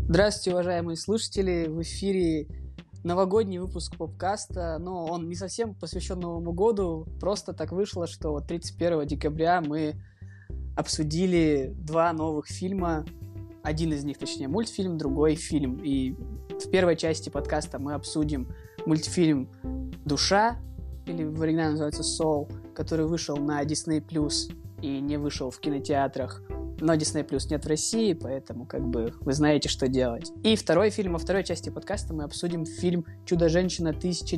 Здравствуйте, уважаемые слушатели! В эфире новогодний выпуск Попкаста, но он не совсем посвящен Новому году. Просто так вышло, что 31 декабря мы обсудили два новых фильма. Один из них, точнее, мультфильм, другой фильм. И в первой части подкаста мы обсудим мультфильм «Душа», или в оригинале называется «Soul», который вышел на Disney+, и не вышел в кинотеатрах. Но Disney Plus нет в России, поэтому вы знаете, что делать. И второй фильм, во второй части подкаста мы обсудим фильм «Чудо-женщина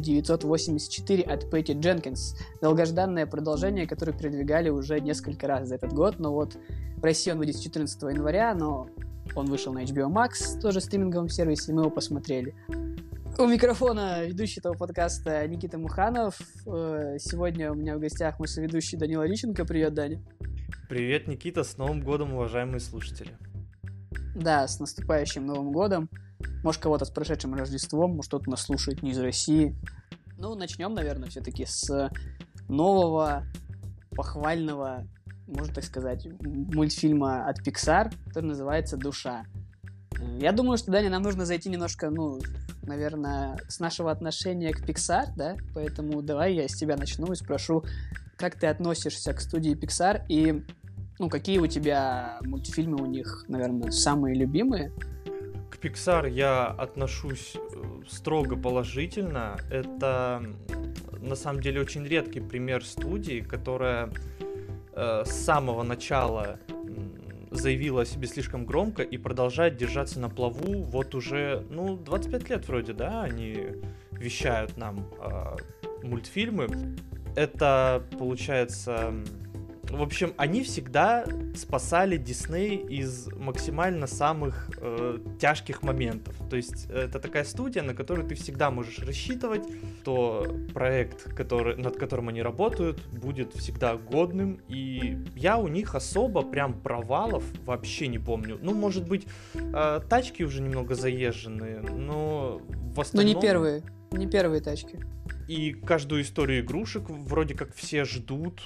1984» от Пэтти Дженкинс. Долгожданное продолжение, которое передвигали уже несколько раз за этот год. Но вот в России он выйдет 14 января, но он вышел на HBO Max, тоже стриминговом сервисе, и мы его посмотрели. У микрофона ведущий этого подкаста Никита Муханов. Сегодня у меня в гостях мой соведущий Данила Личенко. Привет, Даня. Привет, Никита, с Новым годом, уважаемые слушатели. Да, с наступающим Новым годом. Может, кого-то с прошедшим Рождеством, может, кто-то нас слушает не из России. Ну, начнем, наверное, все-таки с нового, похвального, можно так сказать, мультфильма от Pixar, который называется «Душа». Я думаю, что, Даня, нам нужно зайти немножко, наверное, с нашего отношения к Pixar, да? Поэтому давай я с тебя начну и спрошу, как ты относишься к студии Pixar и, какие у тебя мультфильмы у них, наверное, самые любимые? К Pixar я отношусь строго положительно. Это, на самом деле, очень редкий пример студии, которая с самого начала заявила о себе слишком громко и продолжает держаться на плаву. Вот уже, 25 лет вроде, да, они вещают нам мультфильмы. Это, получается... В общем, они всегда спасали Дисней из максимально самых тяжких моментов. То есть это такая студия, на которую ты всегда можешь рассчитывать, что проект, над которым они работают, будет всегда годным. И я у них особо прям провалов вообще не помню. Может быть, тачки уже немного заезженные, но в остальном... Не первые тачки. И каждую историю игрушек вроде как все ждут.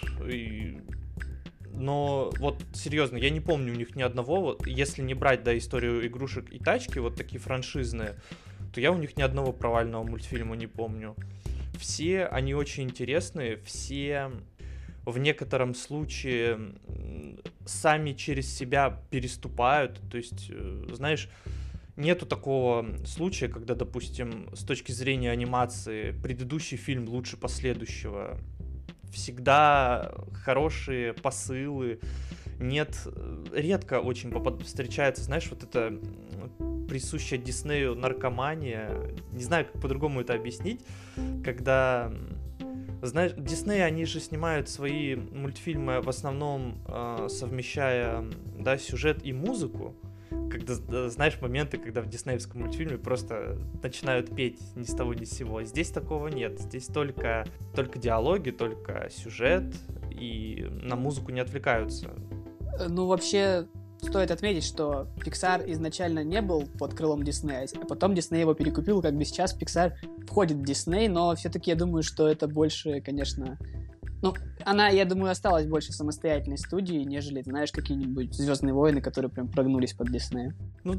Но вот серьезно, я не помню у них ни одного, если не брать, историю игрушек и тачки, вот такие франшизные, то я у них ни одного провального мультфильма не помню. Все они очень интересные, все в некотором случае сами через себя переступают. То есть, знаешь, нету такого случая, когда, допустим, с точки зрения анимации предыдущий фильм лучше последующего. Всегда хорошие посылы. Редко очень встречается, знаешь, вот это присущая Диснею наркомания. Не знаю, как по-другому это объяснить. Когда, знаешь, Дисней, они же снимают свои мультфильмы в основном совмещая, сюжет и музыку. Когда, знаешь, моменты, когда в диснеевском мультфильме просто начинают петь ни с того ни с сего. Здесь такого нет. Здесь только диалоги, только сюжет, и на музыку не отвлекаются. Вообще, стоит отметить, что Pixar изначально не был под крылом Disney, а потом Disney его перекупил, сейчас Pixar входит в Disney, но все-таки я думаю, что это больше, конечно... она, я думаю, осталась больше самостоятельной студией, нежели, знаешь, какие-нибудь «Звездные войны», которые прям прогнулись под Диснея.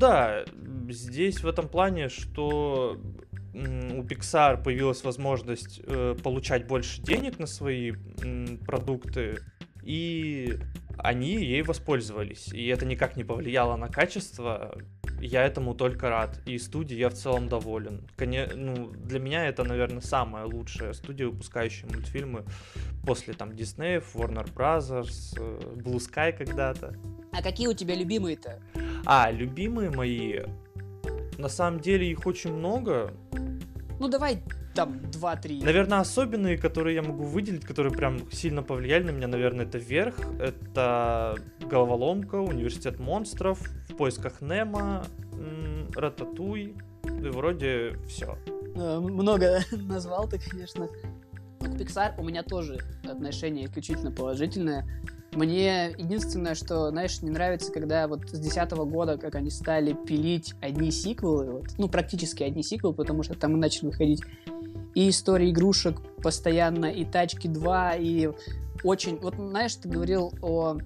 Здесь в этом плане, что у Pixar появилась возможность получать больше денег на свои продукты, и они ей воспользовались. И это никак не повлияло на качество. Я этому только рад. И студией я в целом доволен. Для меня это, наверное, самая лучшая студия, выпускающая мультфильмы после Disney, Warner Brothers, Blue Sky когда-то. А какие у тебя любимые-то? Любимые мои... На самом деле их очень много. Давай 2-3. Наверное, особенные, которые я могу выделить, которые прям сильно повлияли на меня, наверное, это «Вверх», это «Головоломка», «Университет монстров», «В поисках Немо», «Рататуй», и вроде все. Много назвал ты, конечно. К Pixar у меня тоже отношение исключительно положительное. Мне единственное, что, знаешь, не нравится, когда с 2010 года, как они стали пилить одни сиквелы, практически одни сиквелы, потому что там и начали выходить и истории игрушек постоянно, и Тачки 2, и очень... знаешь, ты говорил о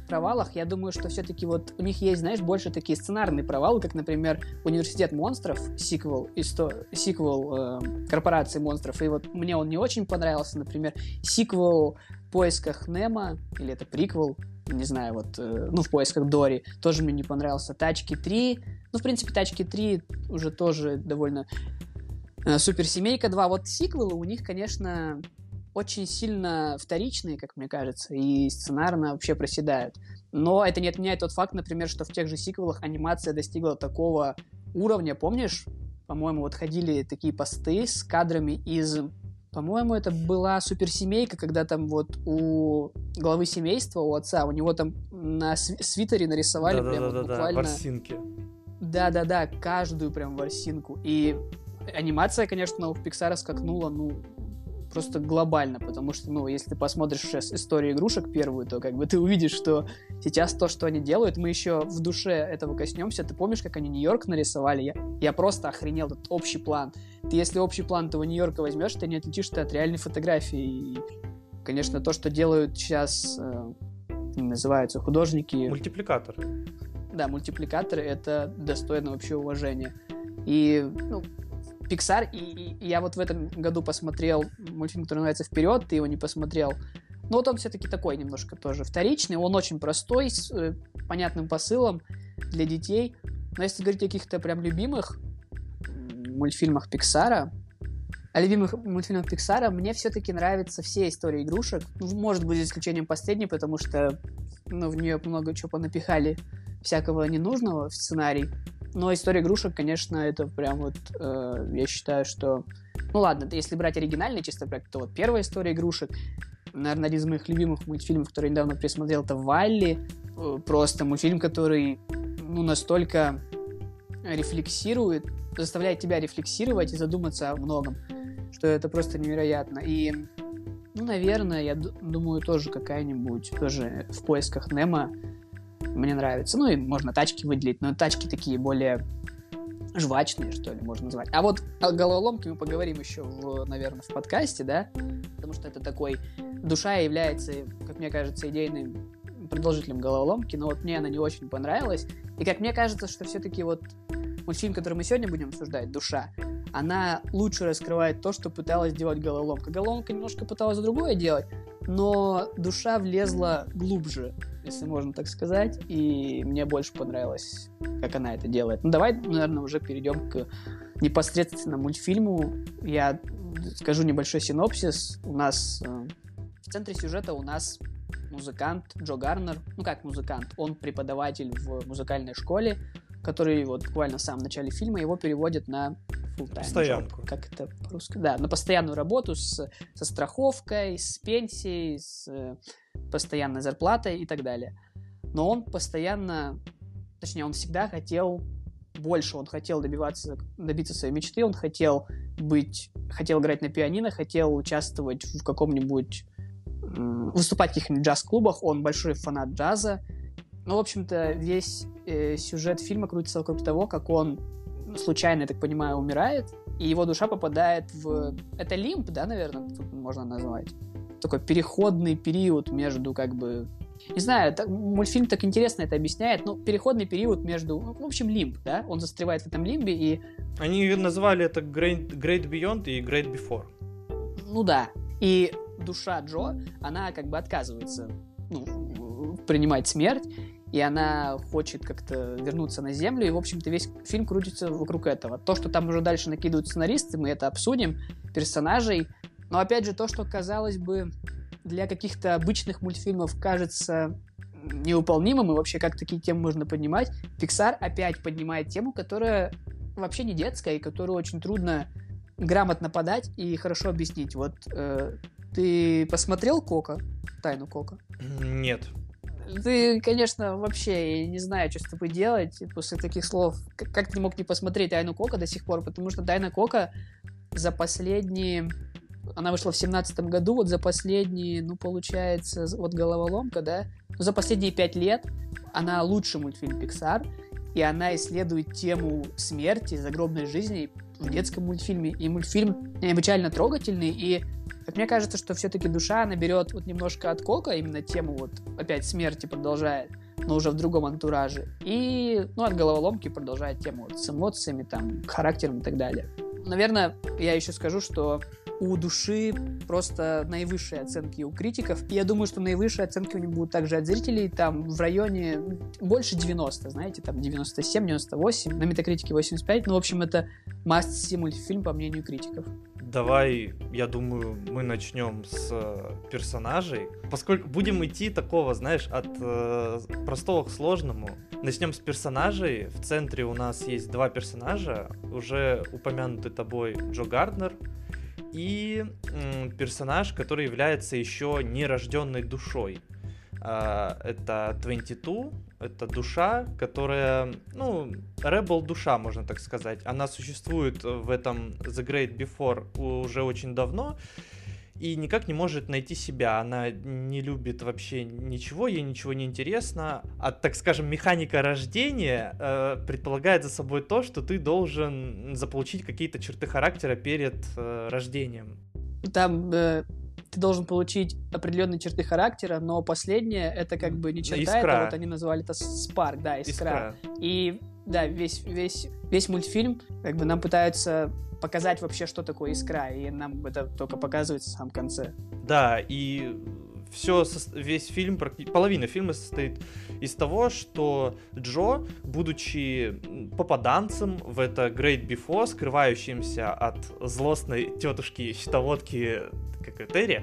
провалах, я думаю, что все-таки вот у них есть, знаешь, больше такие сценарные провалы, как, например, «Университет монстров», сиквел «Корпорации монстров», и вот мне он не очень понравился, например, сиквел «В поисках Немо», или это приквел, не знаю, вот, ну, «В поисках Дори», тоже мне не понравился, «Тачки 3», ну, в принципе, «Тачки 3» уже тоже довольно... «Суперсемейка 2», вот сиквелы у них, конечно... очень сильно вторичные, как мне кажется, и сценарно вообще проседают. Но это не отменяет тот факт, например, что в тех же сиквелах анимация достигла такого уровня. Помнишь, по-моему, вот ходили такие посты с кадрами из... По-моему, это была суперсемейка, когда там вот у главы семейства, у отца, у него там на свитере нарисовали прям буквально... ворсинки. Да-да-да, каждую прям ворсинку. И анимация, конечно, у Pixar скакнула, ну... просто глобально, потому что, ну, если ты посмотришь сейчас историю игрушек первую, то как бы ты увидишь, что сейчас то, что они делают, мы еще в душе этого коснемся. Ты помнишь, как они Нью-Йорк нарисовали? Я просто охренел, этот общий план. Ты если общий план этого Нью-Йорка возьмешь, ты не отличишь от реальной фотографии. И, конечно, то, что делают сейчас, называются художники... Мультипликаторы. Да, мультипликаторы, это достойно вообще уважения. И, ну, Pixar, и я вот в этом году посмотрел мультфильм, который называется «Вперед», ты его не посмотрел. Но вот он все-таки такой немножко тоже вторичный, он очень простой, с понятным посылом для детей. Но если говорить о каких-то прям любимых мультфильмах Pixar, мне все-таки нравятся все истории игрушек. Может быть, за исключением последней, потому что в нее много чего понапихали всякого ненужного в сценарий. Но история игрушек, конечно, это прям вот, я считаю, что... Ну ладно, если брать оригинальный чисто проект, то вот первая история игрушек, наверное, один из моих любимых мультфильмов, который я недавно пересмотрел, это «Валли». Просто мультфильм, который, ну, настолько рефлексирует, заставляет тебя рефлексировать и задуматься о многом, что это просто невероятно. И, ну, наверное, я думаю, тоже какая-нибудь, тоже «В поисках Немо» мне нравится. Ну, и можно «Тачки» выделить, но «Тачки» такие более жвачные, что ли, можно назвать. А вот о головоломке мы поговорим еще, наверное, в подкасте, да? Потому что это такой... Душа является, как мне кажется, идейным продолжителем головоломки, но вот мне она не очень понравилась. И как мне кажется, что все-таки вот мультфильм, который мы сегодня будем обсуждать, «Душа», она лучше раскрывает то, что пыталась делать головоломка. Головоломка немножко пыталась другое делать, но «Душа» влезла глубже, если можно так сказать, и мне больше понравилось, как она это делает. Ну, давай, наверное, уже перейдем к непосредственно мультфильму. Я скажу небольшой синопсис. У нас в центре сюжета у нас музыкант Джо Гарнер. Ну, как музыкант? Он преподаватель в музыкальной школе, который вот буквально в самом начале фильма его переводят на full-time постоянку. Job. Как это по-русски? Да, на постоянную работу со страховкой, с пенсией, с постоянной зарплатой и так далее. Но он постоянно, точнее, он всегда хотел больше, он хотел добиться своей мечты, он хотел играть на пианино, хотел участвовать в каком-нибудь, выступать в каких-нибудь джаз-клубах, он большой фанат джаза. Ну, в общем-то, весь сюжет фильма крутится вокруг того, как он случайно, я так понимаю, умирает, и его душа попадает в... Это лимб, да, наверное, тут можно назвать? Такой переходный период между, как бы... Не знаю, мультфильм так интересно это объясняет, но переходный период между... в общем, лимб, да? Он застревает в этом лимбе, и... Они назвали это Great Beyond и Great Before. Ну да. И душа Джо, она как бы отказывается принимать смерть, и она хочет как-то вернуться на Землю, и, в общем-то, весь фильм крутится вокруг этого. То, что там уже дальше накидывают сценаристы, мы это обсудим, персонажей, но, опять же, то, что, казалось бы, для каких-то обычных мультфильмов кажется невыполнимым, и вообще, как такие темы можно поднимать, Pixar опять поднимает тему, которая вообще не детская, и которую очень трудно грамотно подать и хорошо объяснить. Вот ты посмотрел «Коко», «Тайну Коко»? Нет. Ты, конечно, вообще не знаю, что с тобой делать после таких слов. Как ты мог не посмотреть «Тайну Коко» до сих пор? Потому что «Тайна Коко» за последние... Она вышла в 2017 году, вот за последние, получается, вот «Головоломка», да? За последние 5 лет она лучший мультфильм Pixar, и она исследует тему смерти, загробной жизни в детском мультфильме. И мультфильм необычайно трогательный, и Как мне кажется, что все-таки душа наберет вот немножко откока, именно тему вот опять смерти продолжает, но уже в другом антураже. И, ну, от головоломки продолжает тему вот с эмоциями, там, характером и так далее. Наверное, я еще скажу, что у души просто наивысшие оценки у критиков. И я думаю, что наивысшие оценки у них будут также от зрителей. Там в районе больше 90, знаете, там 97, 98, на Метакритике 85. Ну, в общем, это must-see мультфильм, по мнению критиков. Давай, я думаю, мы начнем с персонажей. Поскольку будем идти такого, знаешь, от простого к сложному. Начнем с персонажей. В центре у нас есть два персонажа. Уже упомянутый тобой Джо Гарднер. И персонаж, который является еще нерожденной душой. Это 22, это душа, которая, ну, Rebel душа, можно так сказать. Она существует в этом The Great Before уже очень давно и никак не может найти себя. Она не любит вообще ничего, ей ничего не интересно. А, так скажем, механика рождения предполагает за собой то, что ты должен заполучить какие-то черты характера перед рождением. Там ты должен получить определенные черты характера, но последнее это как бы не черта, искра. это вот они назвали это спарк, да, искра. И да, весь мультфильм как бы нам пытаются показать вообще, что такое искра, и нам это только показывается в самом конце. Да, и весь фильм, половина фильма состоит из того, что Джо, будучи попаданцем в это Great Before, скрывающимся от злостной тетушки-щитоводки, как Терри,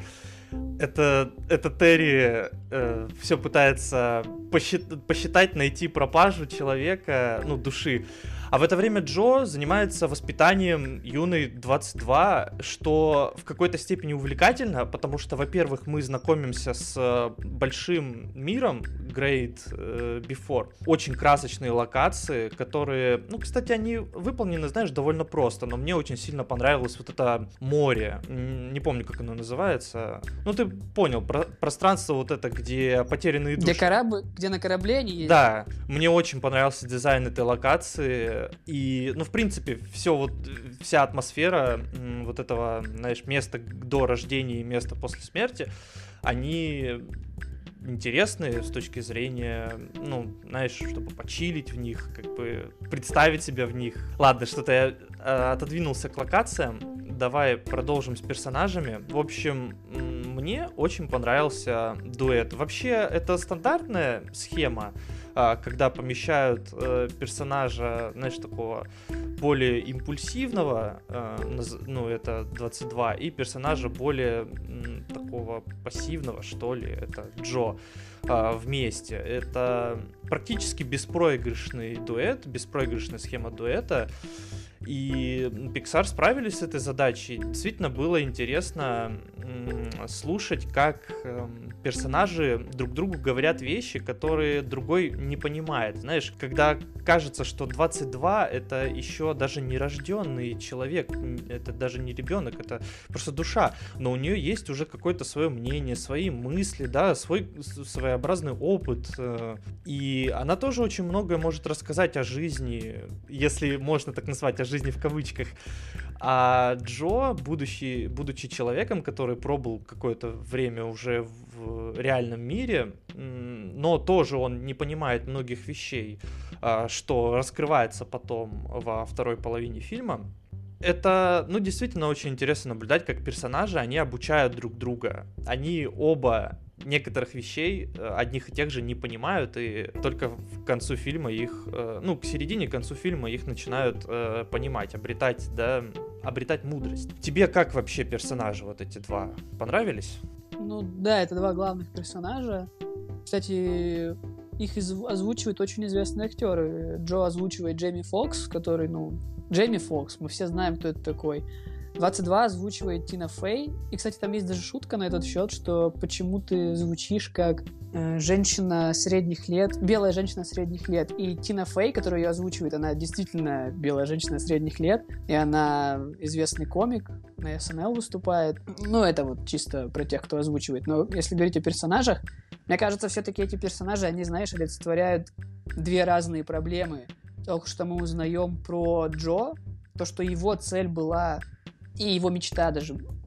это Терри все пытается посчитать, найти пропажу человека, ну, души. А в это время Джо занимается воспитанием юной 22, что в какой-то степени увлекательно, потому что, во-первых, мы знакомимся с большим миром Great Before. Очень красочные локации, которые, ну, кстати, они выполнены, знаешь, довольно просто, но мне очень сильно понравилось вот это море. Не помню, как оно называется. Ну, ты понял, пространство вот это, где потерянные души. Где на корабле они есть. Да, мне очень понравился дизайн этой локации. И, ну, в принципе, вся атмосфера вот этого, знаешь, места до рождения и места после смерти, они интересные с точки зрения, ну, знаешь, чтобы почилить в них, как бы представить себя в них. Ладно, что-то я отодвинулся к локациям. Давай продолжим с персонажами. В общем, мне очень понравился дуэт. Вообще, это стандартная схема, когда помещают персонажа, знаешь, такого более импульсивного, ну, это 22, и персонажа более такого пассивного, что ли, это Джо, вместе. Это практически беспроигрышный дуэт, беспроигрышная схема дуэта. И Pixar справились с этой задачей. Действительно было интересно слушать, как персонажи друг другу говорят вещи, которые другой не понимает. Знаешь, когда кажется, что 22 это еще даже не рожденный человек, это даже не ребенок, это просто душа, но у нее есть уже какое-то свое мнение, свои мысли, да, свой своеобразный опыт, и она тоже очень многое может рассказать о жизни, если можно так назвать, о жизни в кавычках. А Джо, будучи человеком, который пробыл какое-то время уже в реальном мире, но тоже он не понимает многих вещей, что раскрывается потом во второй половине фильма. Это, ну, действительно очень интересно наблюдать, как персонажи, они обучают друг друга. Они оба некоторых вещей одних и тех же не понимают, и только к концу фильма их, ну, к середине, к концу фильма их начинают понимать, обретать мудрость. Тебе как вообще персонажи вот эти два понравились? Ну да, это два главных персонажа. Кстати, их озвучивают очень известные актеры. Джо озвучивает Джейми Фокс, который, ну, Джейми Фокс, мы все знаем, кто это такой. 22 озвучивает Тина Фей. И, кстати, там есть даже шутка на этот счет, что почему ты звучишь как женщина средних лет, белая женщина средних лет. И Тина Фей, которая ее озвучивает, она действительно белая женщина средних лет. И она известный комик, на SNL выступает. Ну, это вот чисто про тех, кто озвучивает. Но если говорить о персонажах, мне кажется, все-таки эти персонажи, они, знаешь, олицетворяют две разные проблемы. Только что мы узнаем про Джо, то, что его цель была, и его мечта даже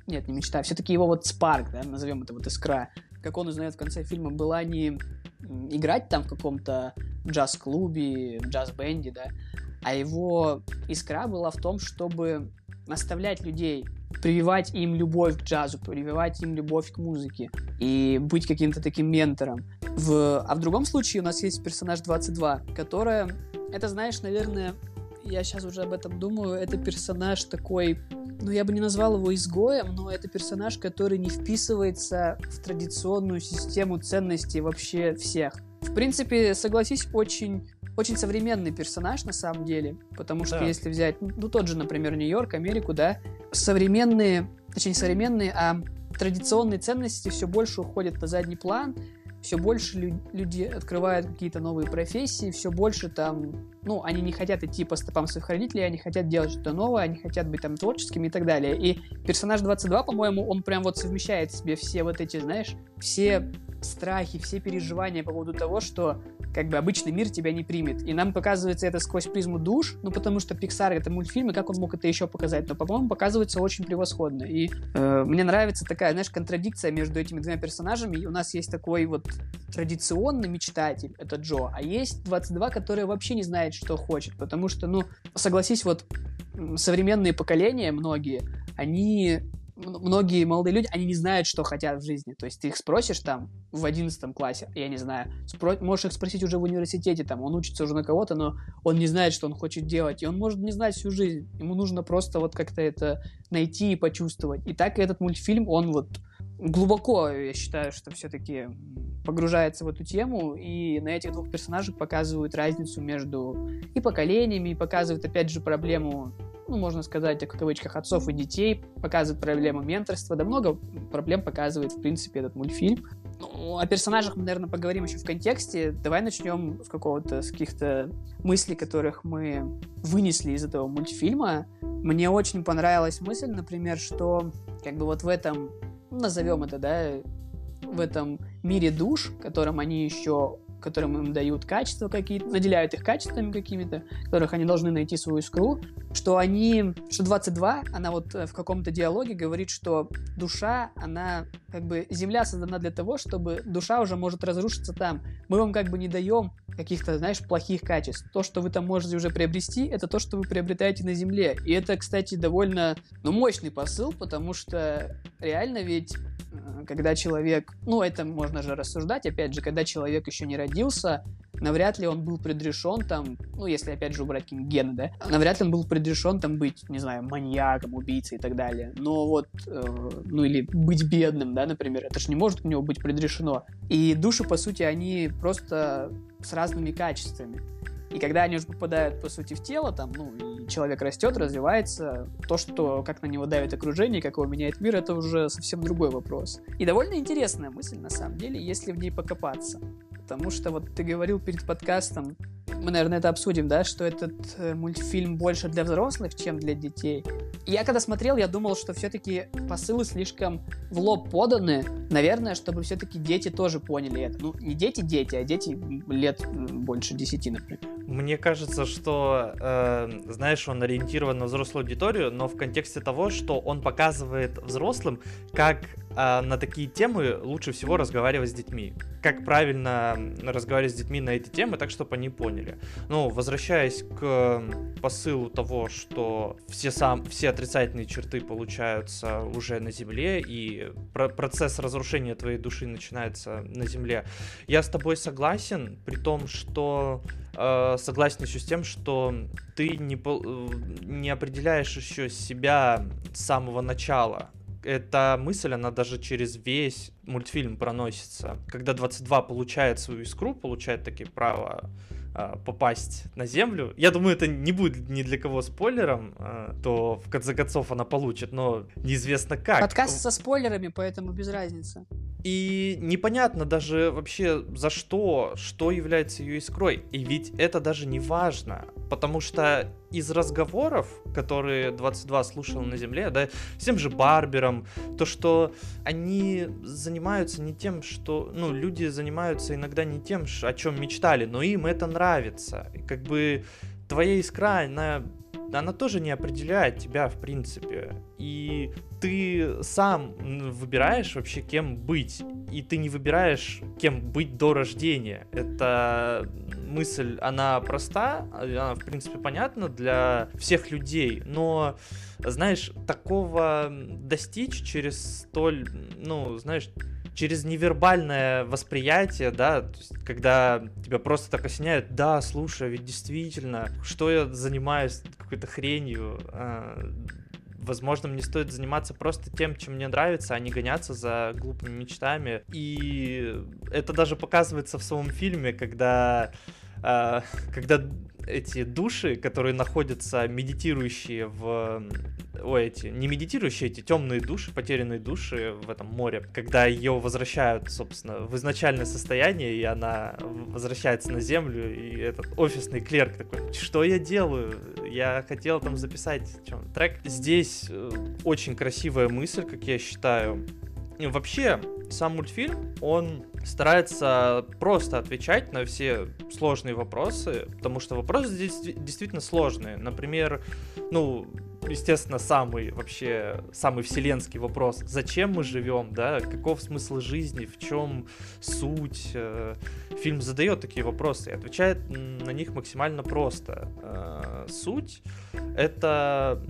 нет, не мечта, все-таки его вот спарк, да, назовем это вот искра, как он узнает в конце фильма, была не играть там в каком-то джаз-клубе, в джаз-бенде, да, а его искра была в том, чтобы наставлять людей, прививать им любовь к джазу, прививать им любовь к музыке и быть каким-то таким ментором. А в другом случае у нас есть персонаж 22, которая, это, знаешь, наверное, я сейчас уже об этом думаю, это персонаж такой, ну, я бы не назвал его изгоем, но это персонаж, который не вписывается в традиционную систему ценностей вообще всех. В принципе, согласись, очень современный персонаж на самом деле, потому что если взять, ну, тот же, например, Нью-Йорк, Америку, да, современные, точнее, не современные, а традиционные ценности все больше уходят на задний план, все больше люди открывают какие-то новые профессии, все больше там, ну, они не хотят идти по стопам своих родителей, они хотят делать что-то новое, они хотят быть там творческими и так далее. И персонаж 22, по-моему, он прям вот совмещает в себе все вот эти, знаешь, все страхи, все переживания по поводу того, что как бы обычный мир тебя не примет. И нам показывается это сквозь призму душ, ну, потому что Pixar — это мультфильм, и как он мог это еще показать? Но, по-моему, показывается очень превосходно. И мне нравится такая, знаешь, контрадикция между этими двумя персонажами. И у нас есть такой вот традиционный мечтатель, это Джо, а есть 22, который вообще не знает, что хочет, потому что, ну, согласись, вот современные поколения, многие молодые люди, они не знают, что хотят в жизни. То есть ты их спросишь там в 11 классе, я не знаю, можешь их спросить уже в университете, там, он учится уже на кого-то, но он не знает, что он хочет делать, и он может не знать всю жизнь. Ему нужно просто вот как-то это найти и почувствовать. И так этот мультфильм, он вот глубоко, я считаю, что все-таки погружается в эту тему, и на этих двух персонажах показывают разницу между и поколениями, и показывают, опять же, проблему, ну, можно сказать, в кавычках, отцов и детей, показывает проблему менторства, да много проблем показывает, в принципе, этот мультфильм. Ну, о персонажах мы, наверное, поговорим еще в контексте. Давай начнем с каких-то мыслей, которых мы вынесли из этого мультфильма. Мне очень понравилась мысль, например, что как бы вот в этом, назовем это, да, в этом мире душ, которым им дают качества какие-то, наделяют их качествами какими-то, которых они должны найти свою искру, что 22, она вот в каком-то диалоге говорит, что душа, она как бы, земля создана для того, чтобы душа уже может разрушиться там. Мы вам как бы не даем каких-то, знаешь, плохих качеств. То, что вы там можете уже приобрести, это то, что вы приобретаете на земле. И это, кстати, довольно, мощный посыл, потому что реально ведь когда человек, ну, это можно же рассуждать, опять же, когда человек еще не родился, навряд ли он был предрешен там, ну, если, опять же, убрать какие-нибудь гены, да, навряд ли он был предрешен там быть, не знаю, маньяком, убийцей и так далее. Но вот, ну, или быть бедным, да, например, это же не может у него быть предрешено. И души, по сути, они просто с разными качествами. И когда они уже попадают, по сути, в тело, там, ну, и человек растет, развивается, то, что, как на него давит окружение, как его меняет мир, это уже совсем другой вопрос. И довольно интересная мысль, на самом деле, если в ней покопаться. Потому что вот ты говорил перед подкастом, мы, наверное, это обсудим, да, что этот мультфильм больше для взрослых, чем для детей. И я когда смотрел, я думал, что все-таки посылы слишком в лоб поданы, наверное, чтобы все-таки дети тоже поняли это. Ну, не дети, а дети лет больше 10, например. Мне кажется, что, знаешь, он ориентирован на взрослую аудиторию, но в контексте того, что он показывает взрослым, как на такие темы лучше всего разговаривать с детьми. Как правильно разговаривать с детьми на эти темы, так, чтобы они поняли. Ну, возвращаясь к посылу того, что все отрицательные черты получаются уже на Земле, и процесс разрушения твоей души начинается на Земле, я с тобой согласен, при том, что согласен еще с тем, что ты не определяешь еще себя с самого начала. Эта мысль, она даже через весь мультфильм проносится. Когда 22 получает свою искру, получает таки право попасть на Землю. Я думаю, это не будет ни для кого спойлером, то в конце концов она получит, но неизвестно как. Подкаст со спойлерами, поэтому без разницы. И непонятно даже вообще за что является ее искрой. И ведь это даже не важно, потому что из разговоров, которые 22 слушал на Земле, да, с тем же Барбером, то, что они занимаются не тем, что... Ну, люди занимаются иногда не тем, о чем мечтали, но им это нравится. И как бы твоя искра, она она тоже не определяет тебя, в принципе. И ты сам выбираешь вообще, кем быть. И ты не выбираешь, кем быть до рождения. Эта мысль, она проста, она, в принципе, понятна для всех людей. Но, знаешь, такого достичь через столь, через невербальное восприятие, да, то есть, когда тебя просто так осеняют, да, слушай, ведь действительно, что я занимаюсь какой-то хренью, возможно, мне стоит заниматься просто тем, чем мне нравится, а не гоняться за глупыми мечтами. И это даже показывается в самом фильме, когда эти души, которые находятся медитирующие не медитирующие, эти темные души, потерянные души в этом море, когда ее возвращают, собственно, в изначальное состояние, и она возвращается на землю, и этот офисный клерк такой, что я делаю? Я хотел там записать трек. Здесь очень красивая мысль, как я считаю. И вообще, сам мультфильм, он старается просто отвечать на все сложные вопросы, потому что вопросы здесь действительно сложные. Например, естественно, самый вселенский вопрос: зачем мы живем, да, каков смысл жизни, в чем суть? Фильм задает такие вопросы и отвечает на них максимально просто. Суть — это,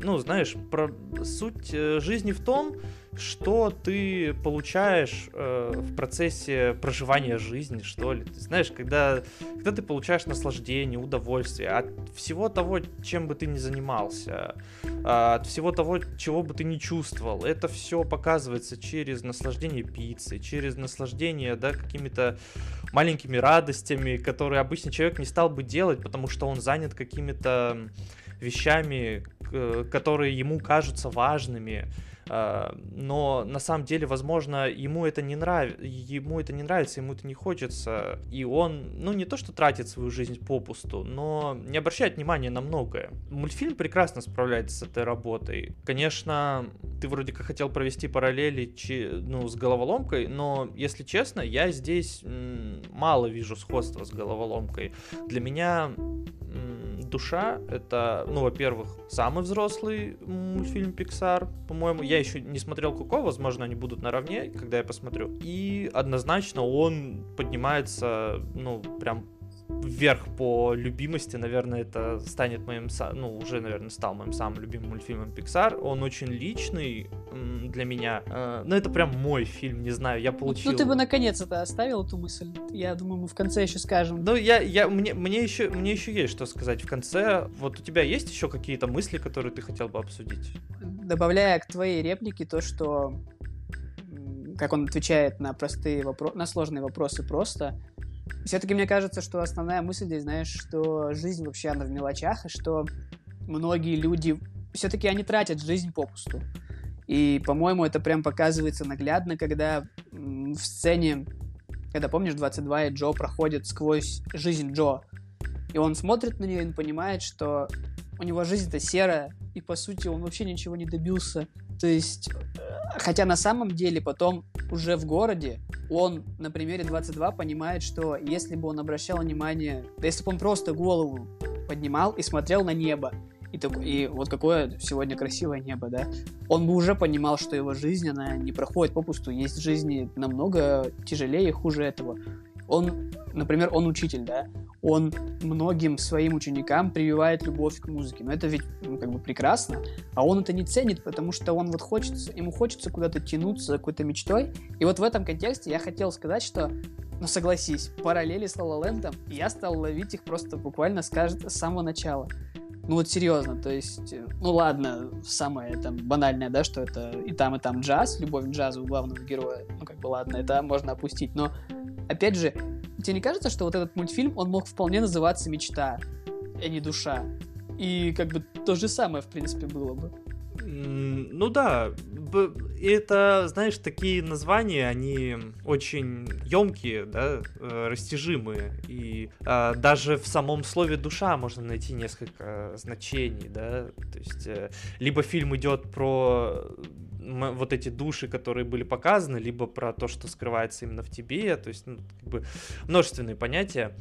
суть жизни в том, что ты получаешь в процессе проживания жизни, что ли. Ты знаешь, когда ты получаешь наслаждение, удовольствие от всего того, чем бы ты ни занимался, от всего того, чего бы ты ни чувствовал, это все показывается через наслаждение пиццей, через наслаждение, да, какими-то маленькими радостями, которые обычный человек не стал бы делать, потому что он занят какими-то вещами, которые ему кажутся важными. Но на самом деле, возможно, ему это не нравится, ему это не хочется, и он, не то что тратит свою жизнь попусту, но не обращает внимания на многое. Мультфильм прекрасно справляется с этой работой. Конечно, ты вроде как хотел провести параллели, с головоломкой, но, если честно, я здесь мало вижу сходства с головоломкой. Для меня «Душа» — это, во-первых, самый взрослый мультфильм Pixar, по-моему. Я еще не смотрел «Коко», возможно, они будут наравне, когда я посмотрю. И однозначно он поднимается, прям вверх по любимости. Наверное, это станет уже, наверное, стал моим самым любимым мультфильмом Pixar. Он очень личный для меня. Это прям мой фильм, не знаю, я получил... ты бы наконец это оставил, эту мысль. Я думаю, мы в конце еще скажем. Мне еще есть что сказать в конце. Вот у тебя есть еще какие-то мысли, которые ты хотел бы обсудить? Добавляя к твоей реплике то, что как он отвечает на на сложные вопросы просто. Все-таки мне кажется, что основная мысль здесь, знаешь, что жизнь вообще, она в мелочах, и что многие люди, все-таки они тратят жизнь попусту. И, по-моему, это прям показывается наглядно, когда в сцене, когда, помнишь, 22 и Джо проходят сквозь жизнь Джо, и он смотрит на нее и понимает, что у него жизнь-то серая, и, по сути, он вообще ничего не добился. То есть, хотя на самом деле потом уже в городе он на примере 22 понимает, что если бы он обращал внимание, да если бы он просто голову поднимал и смотрел на небо, и вот какое сегодня красивое небо, да, он бы уже понимал, что его жизнь, она не проходит попусту, есть в жизни намного тяжелее и хуже этого. Например, он учитель, да, он многим своим ученикам прививает любовь к музыке, но это ведь прекрасно, а он это не ценит, потому что ему хочется куда-то тянуться за какой-то мечтой, и вот в этом контексте я хотел сказать, что, согласись, параллели с La La Land'ом я стал ловить их просто буквально с самого начала. Серьезно, то есть, ладно, самое там банальное, да, что это и там джаз, любовь к джазу у главного героя, ладно, это можно опустить, но, опять же, тебе не кажется, что вот этот мультфильм, он мог вполне называться «Мечта», а не «Душа»? И то же самое, в принципе, было бы. Да, это, знаешь, такие названия, они очень емкие, да, растяжимые. И даже в самом слове «душа» можно найти несколько значений, да. То есть, либо фильм идет про вот эти души, которые были показаны, либо про то, что скрывается именно в тебе, то есть, ну, как бы множественные понятия.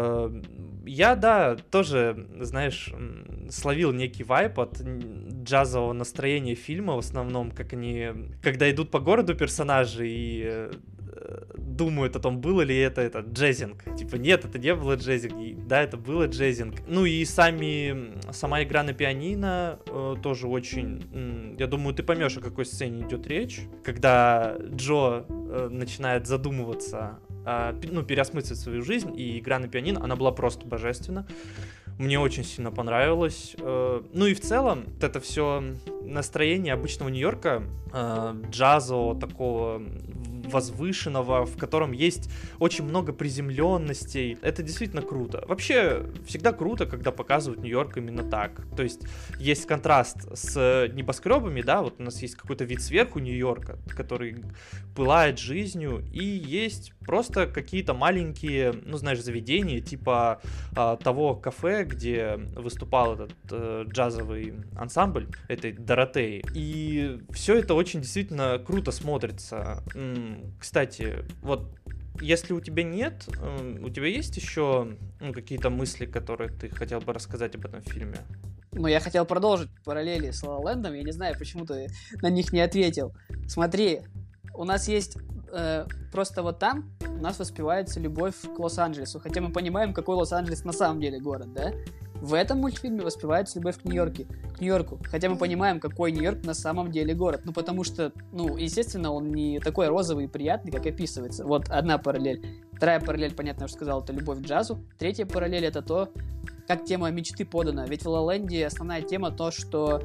Я, да, тоже, знаешь, словил некий вайб от джазового настроения фильма, в основном, как они, когда идут по городу персонажи и думают о том, было ли это джезинг. Типа, нет, это не было джезинг. И, да, это было джезинг. Ну и сама игра на пианино тоже очень... я думаю, ты поймешь, о какой сцене идет речь. Когда Джо начинает задумываться, переосмыслить свою жизнь, и игра на пианино, она была просто божественна. Мне очень сильно понравилось. Ну и в целом, вот это все настроение обычного Нью-Йорка, джазового, такого возвышенного, в котором есть очень много приземленностей. Это действительно круто. Вообще, всегда круто, когда показывают Нью-Йорк именно так. То есть, есть контраст с небоскребами, да, вот у нас есть какой-то вид сверху Нью-Йорка, который пылает жизнью, и есть просто какие-то маленькие, ну, знаешь, заведения, типа того кафе, где выступал этот джазовый ансамбль этой Доротеи. И все это очень действительно круто смотрится. Кстати, вот если у тебя нет, у тебя есть еще какие-то мысли, которые ты хотел бы рассказать об этом фильме? Ну, я хотел продолжить параллели с La La Land'ом, я не знаю, почему ты на них не ответил. Смотри, у нас есть просто вот там у нас воспевается любовь к Лос-Анджелесу, хотя мы понимаем, какой Лос-Анджелес на самом деле город, да? В этом мультфильме воспевается любовь к Нью-Йорку, хотя мы понимаем, какой Нью-Йорк на самом деле город, ну потому что, ну, естественно, он не такой розовый и приятный, как описывается. Вот одна параллель. Вторая параллель, понятно, я уже сказал, это любовь к джазу. Третья параллель — это то, как тема мечты подана. Ведь в Ла Ленде основная тема то, что,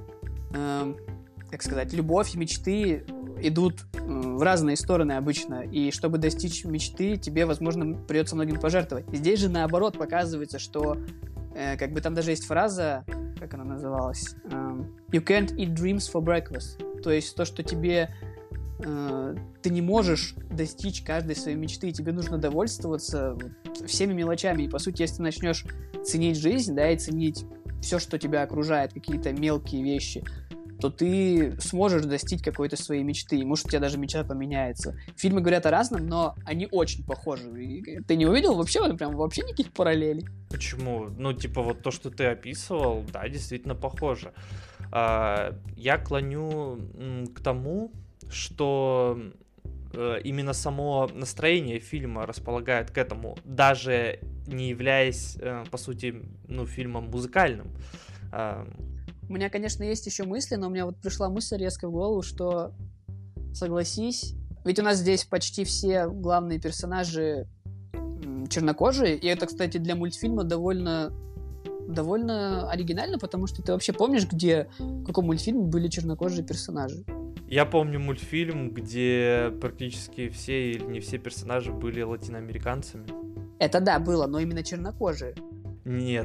как сказать, любовь и мечты идут в разные стороны обычно, и чтобы достичь мечты, тебе, возможно, придется многим пожертвовать. Здесь же, наоборот, показывается, что как бы там даже есть фраза, как она называлась, you can't eat dreams for breakfast, то есть то, что тебе ты не можешь достичь каждой своей мечты, тебе нужно довольствоваться всеми мелочами, и по сути, если ты начнешь ценить жизнь, да, и ценить все, что тебя окружает, какие-то мелкие вещи, то ты сможешь достичь какой-то своей мечты, и может у тебя даже мечта поменяется. Фильмы говорят о разном, но они очень похожи. И ты не увидел вообще прям вообще никаких параллелей? Почему? Ну, типа, вот то, что ты описывал, да, действительно похоже. Я клоню к тому, что именно само настроение фильма располагает к этому, даже не являясь, по сути, ну, фильмом музыкальным. У меня, конечно, есть еще мысли, но у меня вот пришла мысль резко в голову, что, согласись, ведь у нас здесь почти все главные персонажи чернокожие, и это, кстати, для мультфильма довольно оригинально, потому что ты вообще помнишь, в каком мультфильме были чернокожие персонажи? Я помню мультфильм, где практически все или не все персонажи были латиноамериканцами. Это да, было, но именно чернокожие. Нет.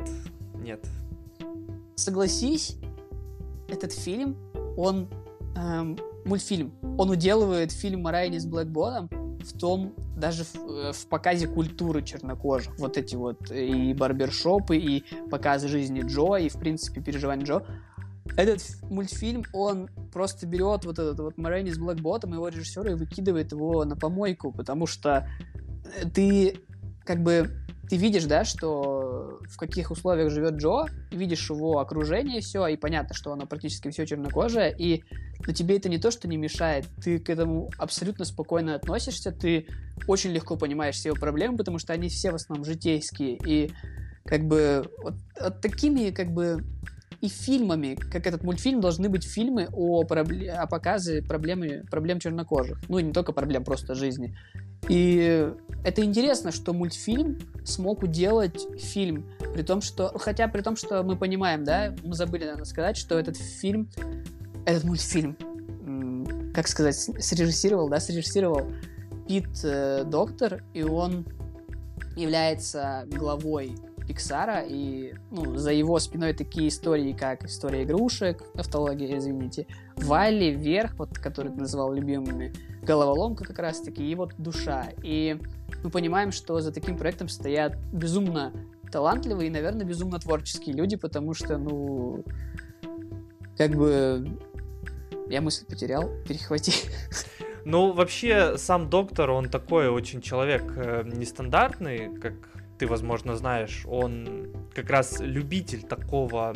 Согласись, этот фильм, он мультфильм, он уделывает фильм «Марайнис Блэк Ботом» в том, даже в показе культуры чернокожих. Вот эти вот и барбершопы, и показы жизни Джо, и, в принципе, переживания Джо. Этот мультфильм, он просто берет вот этот вот «Марайнис Блэк Ботом», его режиссера, и выкидывает его на помойку, потому что ты видишь, да, что в каких условиях живет Джо, видишь его окружение, все, и понятно, что оно практически все чернокожее, но тебе это не то, что не мешает, ты к этому абсолютно спокойно относишься, ты очень легко понимаешь все его проблемы, потому что они все в основном житейские, и как бы вот такими как бы и фильмами, как этот мультфильм, должны быть фильмы о показе проблем чернокожих, ну и не только проблем, просто жизни. И это интересно, что мультфильм смог уделать фильм, при том, что мы понимаем, да, мы забыли, наверное, сказать, что этот мультфильм, как сказать, срежиссировал Пит Доктор, и он является главой Пиксара, и за его спиной такие истории, как «История игрушек», «Автология», извините, «Валли», «Вверх», вот, который ты называл любимыми, «Головоломка» как раз-таки, и вот «Душа». И мы понимаем, что за таким проектом стоят безумно талантливые и, наверное, безумно творческие люди, потому что, я мысль потерял, перехвати. Вообще, сам доктор, он такой очень человек нестандартный, как ты, возможно, знаешь. Он как раз любитель такого,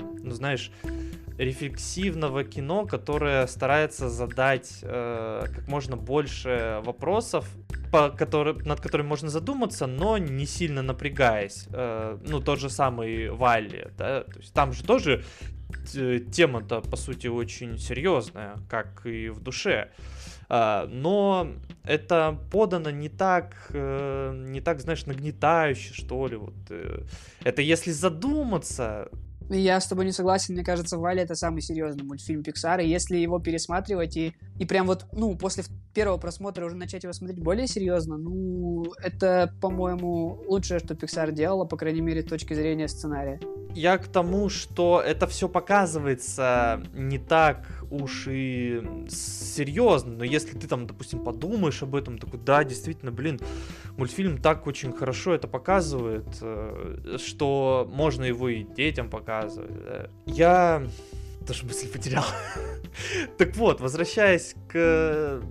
рефлексивного кино, которое старается задать как можно больше вопросов, над которыми можно задуматься, но не сильно напрягаясь. Тот же самый Валли, да, то есть там же тоже тема-то, по сути, очень серьезная, как и в «Душе». Но это подано не так, знаешь, нагнетающе, что ли. Это если задуматься... Я с тобой не согласен, мне кажется, «Валли» — это самый серьезный мультфильм Пиксара, и если его пересматривать и прям после первого просмотра уже начать его смотреть более серьезно, это, по-моему, лучшее, что Пиксар делала, по крайней мере, с точки зрения сценария. Я к тому, что это все показывается не так уж и серьезно, но если ты там, допустим, подумаешь об этом, такой, да, действительно, мультфильм так очень хорошо это показывает, что можно его и детям показывать. Я даже мысль потерял. Так вот, возвращаясь к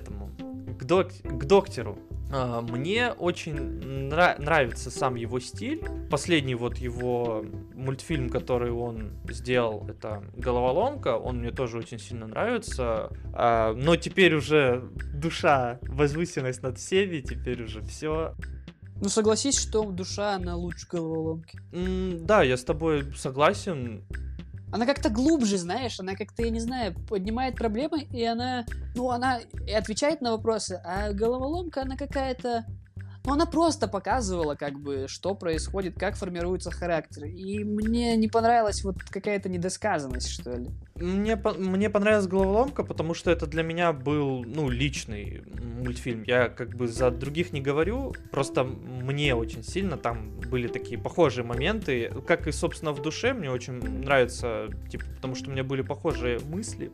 доктору. Мне очень нравится сам его стиль. Последний его мультфильм, который он сделал, это «Головоломка». Он мне тоже очень сильно нравится. Но теперь уже «Душа», возвысилась над всеми, теперь уже все. Согласись, что «Душа», она лучше «Головоломки». Да, я с тобой согласен. Она как-то глубже, знаешь, она как-то, я не знаю, поднимает проблемы, и она и отвечает на вопросы, а «Головоломка», она какая-то... она просто показывала, что происходит, как формируется характер. И мне не понравилась какая-то недосказанность, что ли. Мне понравилась «Головоломка», потому что это для меня был, личный мультфильм. Я за других не говорю, просто мне очень сильно там были такие похожие моменты, как и, собственно, в «Душе» мне очень нравится, потому что у меня были похожие мысли.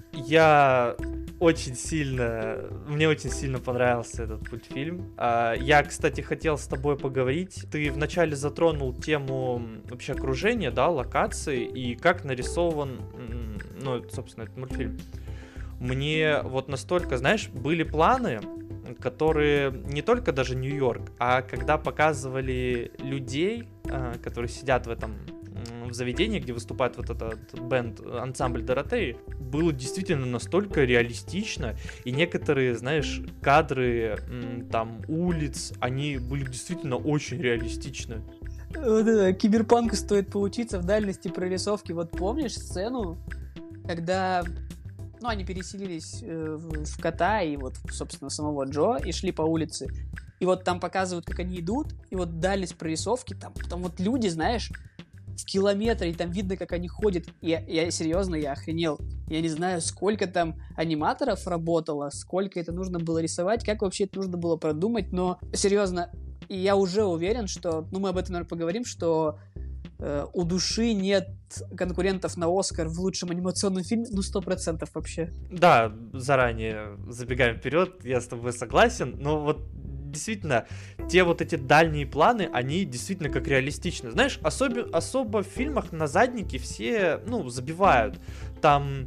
Мне очень сильно понравился этот мультфильм. Я, кстати, хотел с тобой поговорить. Ты вначале затронул тему вообще окружения, да, локаций и как нарисован, собственно, этот мультфильм. Мне настолько, знаешь, были планы, которые не только даже Нью-Йорк, а когда показывали людей, которые сидят в заведении, где выступает этот бенд, ансамбль Доротеи, было действительно настолько реалистично, и некоторые, знаешь, кадры улиц, они были действительно очень реалистичны. Киберпанку стоит поучиться в дальности прорисовки. Помнишь сцену, когда они переселились в кота и собственно, самого Джо, и шли по улице, и там показывают, как они идут, и дальность прорисовки, там люди, знаешь, в километре, и там видно, как они ходят. Я серьезно, я охренел. Я не знаю, сколько там аниматоров работало, сколько это нужно было рисовать, как вообще это нужно было продумать, но серьезно, я уже уверен, что, мы об этом, наверное, поговорим, что у «Души» нет конкурентов на «Оскар» в лучшем анимационном фильме, 100% вообще. Да, заранее забегаем вперед, я с тобой согласен, но действительно, те эти дальние планы, они действительно как реалистичны. Знаешь, особо в фильмах на заднике все, забивают. Там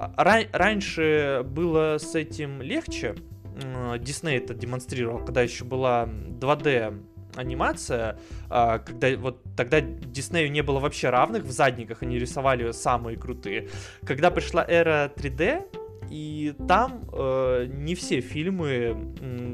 раньше было с этим легче. Дисней это демонстрировал, когда еще была 2D анимация, когда тогда Диснею не было вообще равных в задниках, они рисовали самые крутые. Когда пришла эра 3D, и там не все фильмы,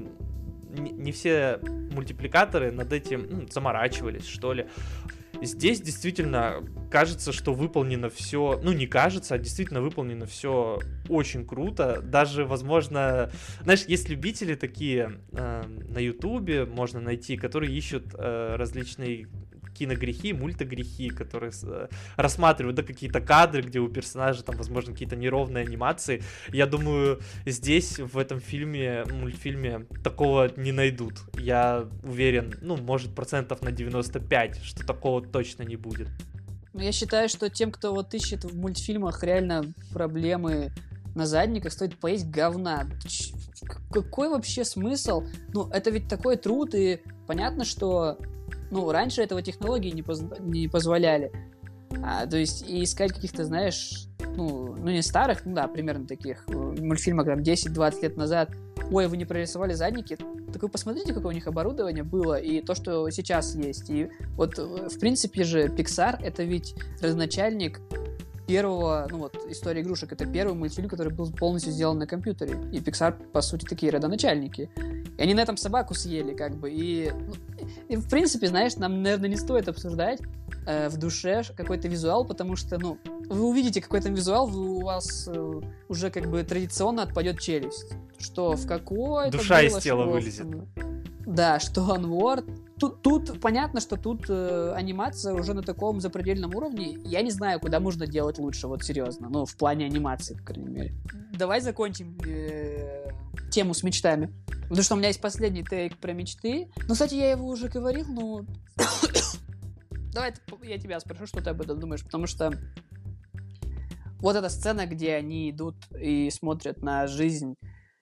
не все мультипликаторы над этим заморачивались, что ли. Здесь действительно кажется, что выполнено все, не кажется, а действительно выполнено все очень круто. Даже, возможно, знаешь, есть любители такие на Ютубе, можно найти, которые ищут различные киногрехи, мультогрехи, которые рассматривают, да, какие-то кадры, где у персонажа там, возможно, какие-то неровные анимации. Я думаю, здесь, в этом мультфильме, такого не найдут. Я уверен, ну, может, процентов на 95, что такого точно не будет. Я считаю, что тем, кто вот ищет в мультфильмах реально проблемы на задниках, стоит поесть говна. Какой вообще смысл? Ну, это ведь такой труд, и понятно, что раньше этого технологии не позволяли. То есть, и искать каких-то, знаешь, не старых, примерно таких мультфильмов, там, 10-20 лет назад, ой, вы не прорисовали задники, так вы посмотрите, какое у них оборудование было, и то, что сейчас есть. И вот, в принципе же, Pixar — это ведь родоначальник первого, «История игрушек» — это первый мультфильм, который был полностью сделан на компьютере. И Pixar, по сути, такие родоначальники. И они на этом собаку съели, как бы. И в принципе, знаешь, нам, наверное, не стоит обсуждать в душе какой-то визуал, потому что, вы увидите какой-то визуал, у вас уже как бы традиционно отпадет челюсть. Что в какой душа из тела вылезет. Да, что Onward. Тут понятно, что тут анимация уже на таком запредельном уровне. Я не знаю, куда можно делать лучше, вот серьезно. В плане анимации, по крайней мере. Давай закончим тему с мечтами. Потому что у меня есть последний тейк про мечты. Кстати, я его уже говорил, но... Давай я тебя спрошу, что ты об этом думаешь. Потому что вот эта сцена, где они идут и смотрят на жизнь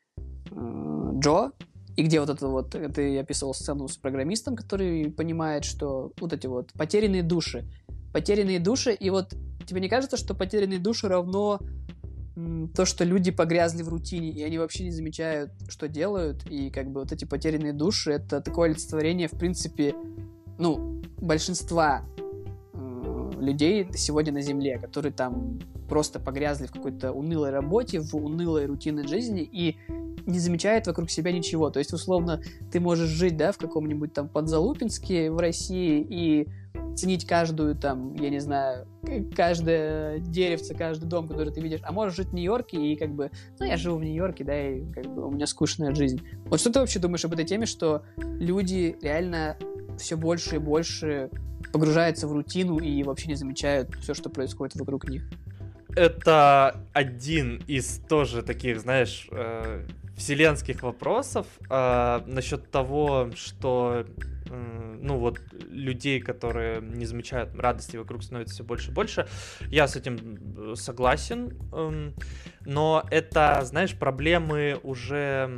Джо, и где вот это вот, ты описывал сцену с программистом, который понимает, что вот эти вот потерянные души, и вот тебе не кажется, что потерянные души равно то, что люди погрязли в рутине, и они вообще не замечают, что делают, и как бы вот эти потерянные души — это такое олицетворение, в принципе, большинства людей сегодня на Земле, которые там просто погрязли в какой-то унылой работе, в унылой рутинной жизни и не замечают вокруг себя ничего. То есть, условно, ты можешь жить, да, в каком-нибудь там Подзалупинске в России и ценить каждую там, я не знаю, каждое деревце, каждый дом, который ты видишь, а можешь жить в Нью-Йорке и как бы, я живу в Нью-Йорке, да, и как бы у меня скучная жизнь. Вот что ты вообще думаешь об этой теме, что люди реально все больше и больше погружаются в рутину и вообще не замечают все, что происходит вокруг них? Это один из тоже таких, знаешь, вселенских вопросов насчет того, что людей, которые не замечают радости вокруг, становится все больше и больше. Я с этим согласен, но это, знаешь, проблемы уже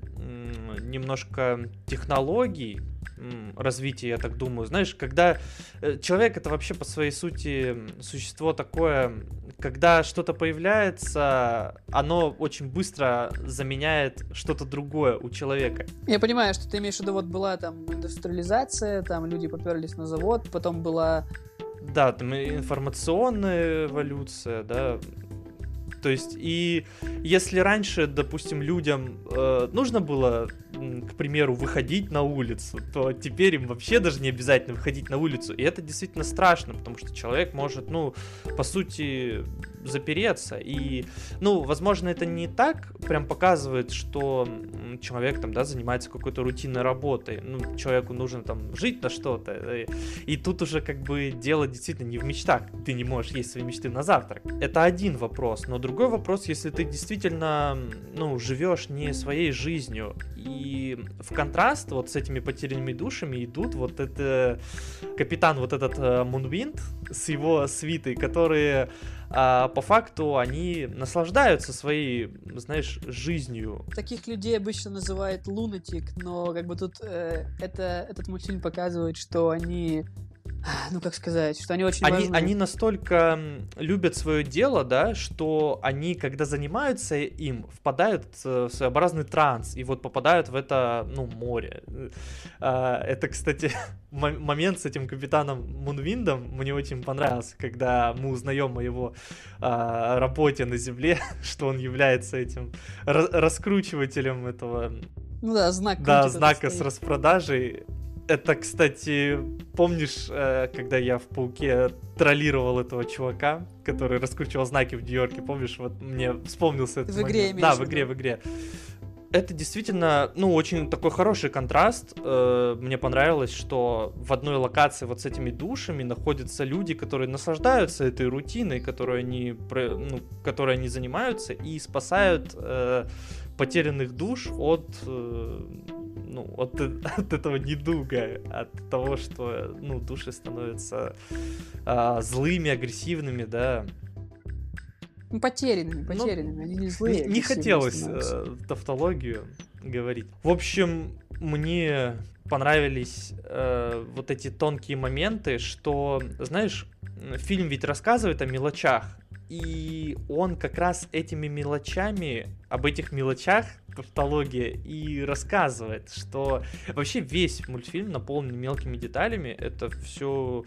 немножко технологий развития, я так думаю. Знаешь, когда человек — это вообще по своей сути существо такое, когда что-то появляется, оно очень быстро заменяет что-то другое у человека. Я понимаю, что ты имеешь в виду, вот была там индустриализация, там люди поперлись на завод, потом была... Да, там информационная эволюция, да. То есть, и если раньше, допустим, людям нужно было, к примеру, выходить на улицу, то теперь им вообще даже не обязательно выходить на улицу. И это действительно страшно, потому что человек может, по сути, запереться. И, возможно, это не так прям показывает, что человек там, да, занимается какой-то рутинной работой. Человеку нужно там жить на что-то. И тут уже как бы дело действительно не в мечтах. Ты не можешь есть свои мечты на завтрак. Это один вопрос. Но другой вопрос, если ты действительно, живешь не своей жизнью. И в контраст вот с этими потерянными душами идут вот это капитан, вот этот Мунвинд с его свитой, которые по факту они наслаждаются своей, знаешь, жизнью. Таких людей обычно называют лунатик, но как бы тут этот мультфильм показывает, что они... как сказать, что они очень важны. Они настолько любят свое дело, да, что они, когда занимаются им, впадают в своеобразный транс и вот попадают в это, море. Это, кстати, момент с этим капитаном Мунвиндом мне очень понравился, когда мы узнаем о его работе на Земле, что он является этим раскручивателем этого... знака с распродажей. Это, кстати, помнишь, когда я в «Пауке» троллировал этого чувака, который раскручивал знаки в Нью-Йорке, помнишь? Вот мне вспомнился этот момент. В игре, да, в игре. это действительно, ну, очень такой хороший контраст. Мне понравилось, что в одной локации вот с этими душами находятся люди, которые наслаждаются этой рутиной, которой они занимаются, и спасают потерянных душ от этого недуга, от того, что, ну, души становятся злыми, агрессивными, да. Потерянными, они не злые. Не хотелось тавтологию говорить. В общем, мне понравились вот эти тонкие моменты, что, знаешь, фильм ведь рассказывает о мелочах, и он как раз этими мелочами, об этих мелочах, тавтология, и рассказывает, что вообще весь мультфильм наполнен мелкими деталями, это все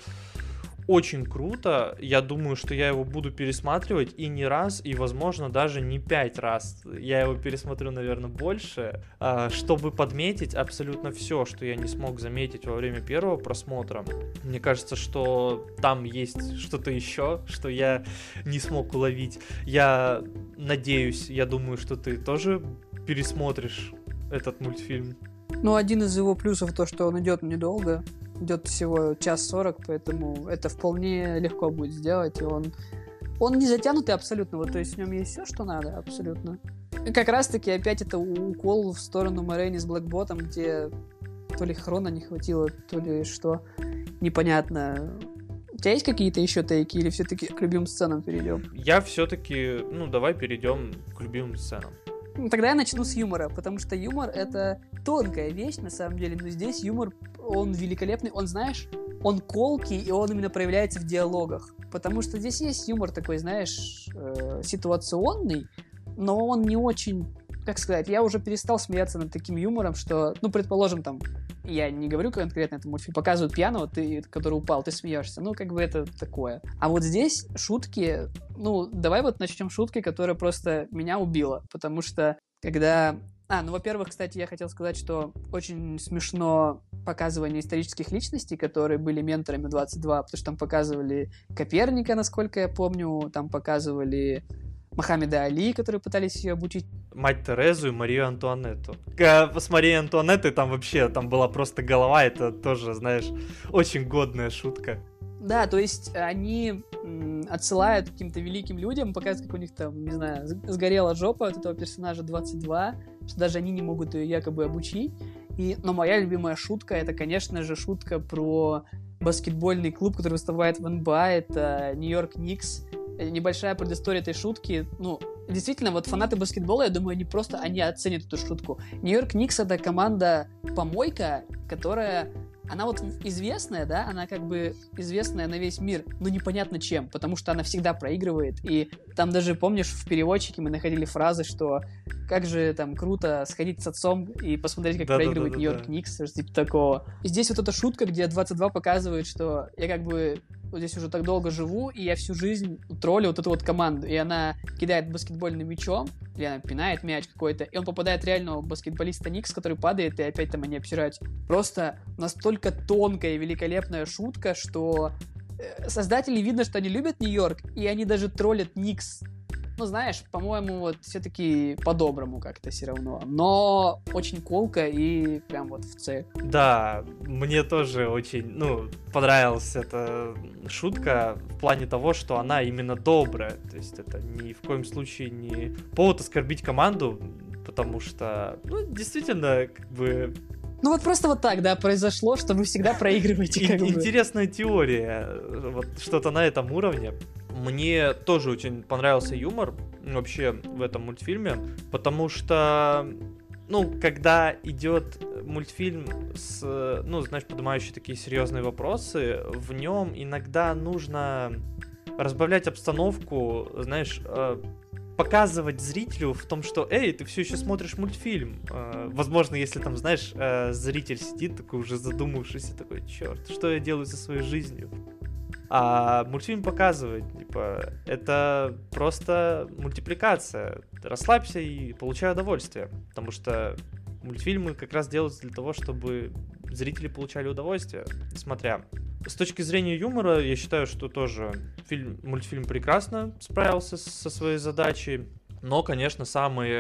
очень круто. Я думаю, что я его буду пересматривать и не раз, и, возможно, даже не 5 раз. Я его пересмотрю, наверное, больше, чтобы подметить абсолютно все, что я не смог заметить во время первого просмотра. Мне кажется, что там есть что-то еще, что я не смог уловить. Я надеюсь, я думаю, что ты тоже пересмотришь этот мультфильм. Ну, один из его плюсов то, что он идет недолго. Идет всего 1:40, поэтому это вполне легко будет сделать. И он не затянутый абсолютно, вот, то есть в нем есть все, что надо, абсолютно. И как раз-таки опять это укол в сторону Морейни с Блэкботом, где то ли хрона не хватило, то ли что, непонятно. У тебя есть какие-то еще тейки, или все-таки к любимым сценам перейдем? Я все-таки, давай перейдем к любимым сценам. Тогда я начну с юмора, потому что юмор — это тонкая вещь, на самом деле, но здесь юмор, он великолепный, он, знаешь, он колкий, и он именно проявляется в диалогах, потому что здесь есть юмор такой, знаешь, ситуационный, но он не очень, как сказать, я уже перестал смеяться над таким юмором, что, предположим, там, я не говорю конкретно этот мультфильм, показывают пьяного, который упал, ты смеешься, это такое. А вот здесь шутки, давай вот начнем шутки, которая просто меня убила, потому что когда... во-первых, кстати, я хотел сказать, что очень смешно показывание исторических личностей, которые были менторами 22, потому что там показывали Коперника, насколько я помню, там показывали Мохаммеда Али, которые пытались ее обучить. Мать Терезу и Марию Антуанетту. С Марией Антуанеттой там была просто голова, это тоже, знаешь, очень годная шутка. Да, то есть они отсылают к каким-то великим людям, показывают, как у них там, не знаю, сгорела жопа от этого персонажа 22, что даже они не могут ее якобы обучить. Но моя любимая шутка — это, конечно же, шутка про баскетбольный клуб, который выступает в НБА, это Нью-Йорк Никс. Небольшая предыстория этой шутки. Действительно, вот фанаты баскетбола, я думаю, они оценят эту шутку. Нью-Йорк Никс — это команда-помойка, которая... Она вот известная, да, она как бы известная на весь мир, но непонятно чем, потому что она всегда проигрывает, и там даже, помнишь, в переводчике мы находили фразы, что как же там круто сходить с отцом и посмотреть, как проигрывает Нью-Йорк Никс, что-то типа такого. И здесь вот эта шутка, где 22 показывает, что я как бы вот здесь уже так долго живу, и я всю жизнь троллю вот эту вот команду, и она кидает баскетбольным мячом, или она пинает мяч какой-то, и он попадает реального баскетболиста Никс, который падает, и опять там они обсираются. Просто настолько тонкая и великолепная шутка, что создатели, видно, что они любят Нью-Йорк, и они даже троллят Никс. Знаешь, по-моему, вот все-таки по-доброму как-то все равно. Но очень колко и прям вот в цель. Да, мне тоже очень, понравилась эта шутка в плане того, что она именно добрая. То есть это ни в коем случае не повод оскорбить команду, потому что, действительно, как бы... вот просто вот так, да, произошло, что вы всегда проигрываете. Интересная теория, вот что-то на этом уровне. Мне тоже очень понравился юмор вообще в этом мультфильме, потому что, когда идет мультфильм с, знаешь, поднимающий такие серьезные вопросы, в нем иногда нужно разбавлять обстановку, знаешь, показывать зрителю в том, что, ты все еще смотришь мультфильм. Возможно, если там, знаешь, зритель сидит такой уже задумавшийся, такой, черт, что я делаю со своей жизнью? А мультфильм показывает, это просто мультипликация. Расслабься и получай удовольствие. Потому что мультфильмы как раз делаются для того, чтобы зрители получали удовольствие, смотря. С точки зрения юмора, я считаю, что тоже мультфильм прекрасно справился со своей задачей. Но, конечно, самые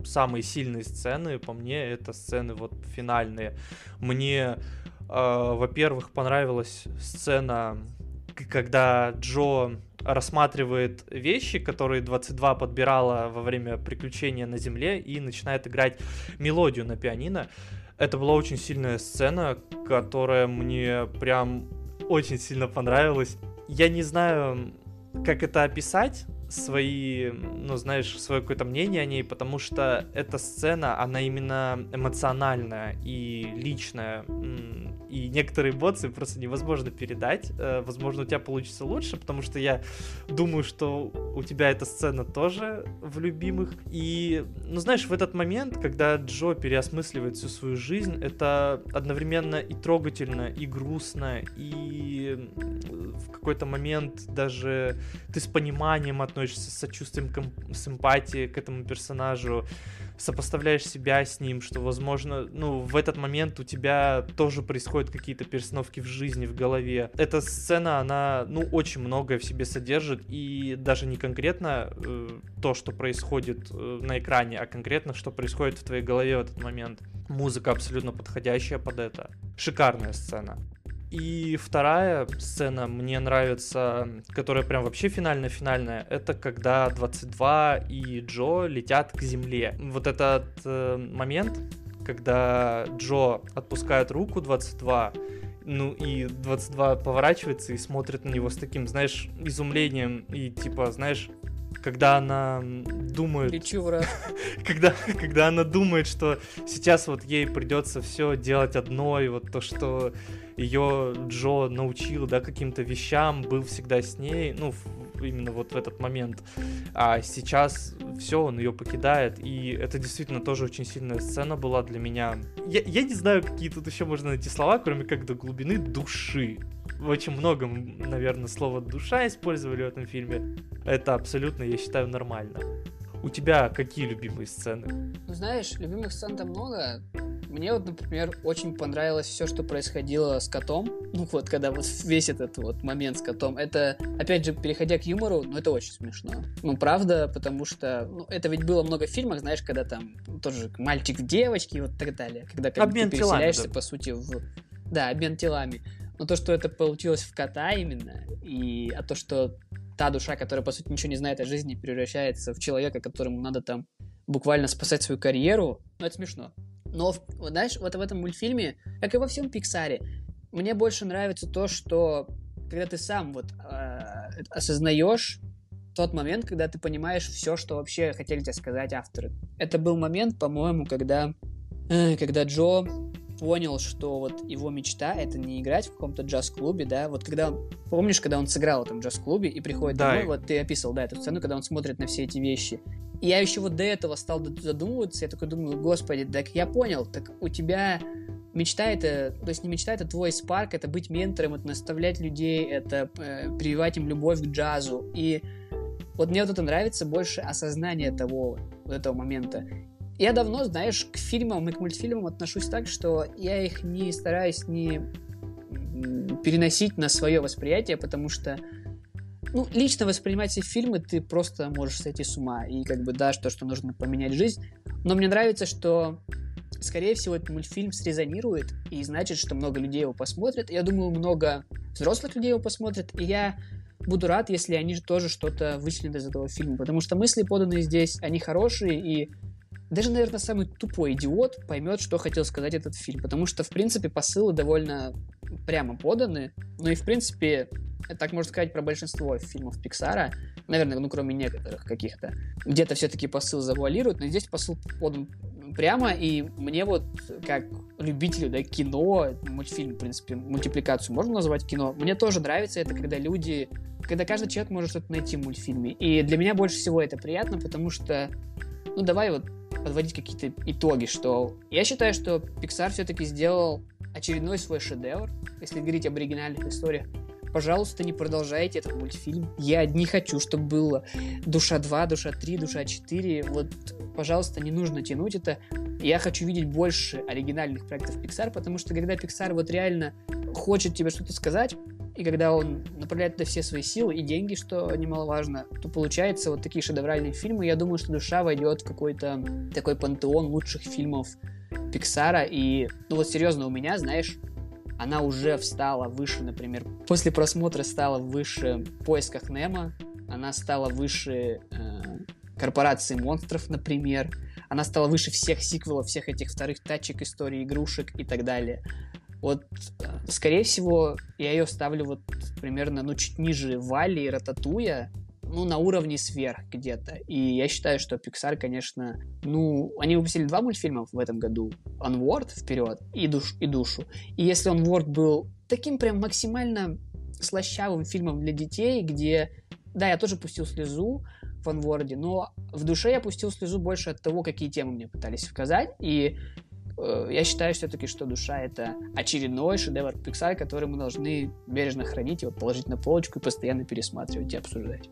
самые сильные сцены, по мне, это сцены вот финальные. Мне, во-первых, понравилась сцена, когда Джо рассматривает вещи, которые 22 подбирала во время приключения на Земле, и начинает играть мелодию на пианино. Это была очень сильная сцена, которая мне прям очень сильно понравилась. Я не знаю, как это описать, свое какое-то мнение о ней, потому что эта сцена, она именно эмоциональная и личная, и некоторые эмоции просто невозможно передать. Возможно, у тебя получится лучше, потому что я думаю, что у тебя эта сцена тоже в любимых. И, в этот момент, когда Джо переосмысливает всю свою жизнь, это одновременно и трогательно, и грустно, и в какой-то момент даже ты с пониманием относишься, с сочувствием, с эмпатией к этому персонажу, сопоставляешь себя с ним, что, возможно, в этот момент у тебя тоже происходят какие-то перестановки в жизни, в голове. Эта сцена, она, очень многое в себе содержит, и даже не конкретно то, что происходит на экране, а конкретно, что происходит в твоей голове в этот момент. Музыка абсолютно подходящая под это. Шикарная сцена. И вторая сцена мне нравится, которая прям вообще финальная, это когда 22 и Джо летят к земле. Вот этот момент, когда Джо отпускает руку 22, и 22 поворачивается и смотрит на него с таким, изумлением, и когда она думает... Лечу, враг. когда она думает, что сейчас вот ей придется все делать одной, вот то, что ее Джо научил, каким-то вещам, был всегда с ней, именно вот в этот момент. А сейчас все, он ее покидает, и это действительно тоже очень сильная сцена была для меня. Я не знаю, какие тут еще можно найти слова, кроме как до глубины души. В очень многом, наверное, слово «душа» использовали в этом фильме. Это абсолютно, я считаю, нормально. У тебя какие любимые сцены? Любимых сцен-то много. Мне например, очень понравилось все, что происходило с котом. Когда весь этот момент с котом. Это, опять же, переходя к юмору, это очень смешно. Правда, потому что, это ведь было много в фильмах, когда там тоже мальчик в девочке и вот так далее. Когда обмен ты переселяешься, телами, по сути, обмен телами. Но то, что это получилось в кота именно, а то, что та душа, которая, по сути, ничего не знает о жизни, превращается в человека, которому надо там буквально спасать свою карьеру, это смешно. Но, вот в этом мультфильме, как и во всем Пиксаре, мне больше нравится то, что когда ты сам осознаешь тот момент, когда ты понимаешь все, что вообще хотели тебе сказать авторы. Это был момент, по-моему, когда Джо понял, что его мечта — это не играть в каком-то джаз-клубе, помнишь, когда он сыграл в этом джаз-клубе и приходит домой, ты описывал, эту сцену, когда он смотрит на все эти вещи. И я еще до этого стал задумываться, я такой думаю, господи, так я понял, так у тебя мечта это, то есть не мечта, это твой спарк, это быть ментором, это наставлять людей, это прививать им любовь к джазу. И мне это нравится больше осознание этого момента. Я давно, к фильмам и к мультфильмам отношусь так, что я их не стараюсь переносить на свое восприятие, потому что лично воспринимать эти фильмы ты просто можешь сойти с ума и то, что нужно поменять жизнь. Но мне нравится, что, скорее всего, этот мультфильм срезонирует, и значит, что много людей его посмотрят. Я думаю, много взрослых людей его посмотрят, и я буду рад, если они тоже что-то вычленят из этого фильма, потому что мысли, поданные здесь, они хорошие, и даже, наверное, самый тупой идиот поймет, что хотел сказать этот фильм, потому что, в принципе, посылы довольно прямо поданы, и, в принципе, так можно сказать про большинство фильмов Пиксара, наверное, кроме некоторых каких-то, где-то все-таки посыл завуалируют, но здесь посыл подан прямо, и мне как любителю, кино, мультфильм, в принципе, мультипликацию можно назвать кино, мне тоже нравится это, когда каждый человек может что-то найти в мультфильме, и для меня больше всего это приятно, потому что, давай подводить какие-то итоги, что я считаю, что Pixar все-таки сделал очередной свой шедевр, если говорить об оригинальных историях. Пожалуйста, не продолжайте этот мультфильм. Я не хочу, чтобы было Душа 2, Душа 3, Душа 4. Пожалуйста, не нужно тянуть это. Я хочу видеть больше оригинальных проектов Pixar, потому что когда Pixar реально хочет тебе что-то сказать, и когда он направляет туда все свои силы и деньги, что немаловажно, то получается вот такие шедевральные фильмы. Я думаю, что «Душа» войдет в какой-то такой пантеон лучших фильмов Пиксара. И, ну вот серьезно, у меня, знаешь, она уже встала выше, например, после просмотра стала выше «В поисках Немо», она стала выше «Корпорации монстров», например, она стала выше всех сиквелов, всех этих вторых тачек, историй игрушек и так далее. Вот, скорее всего, я ее ставлю вот примерно, ну, чуть ниже Валли и Рататуя, ну, на уровне сверх где-то. И я считаю, что Pixar, конечно, ну, они выпустили 2 мультфильма в этом году. Onward вперед и Душу. И если Onward был таким прям максимально слащавым фильмом для детей, где, да, я тоже пустил слезу в Onward, но в Душе я пустил слезу больше от того, какие темы мне пытались показать. И я считаю все-таки, что «Душа» — это очередной шедевр Pixar, который мы должны бережно хранить, его положить на полочку и постоянно пересматривать и обсуждать.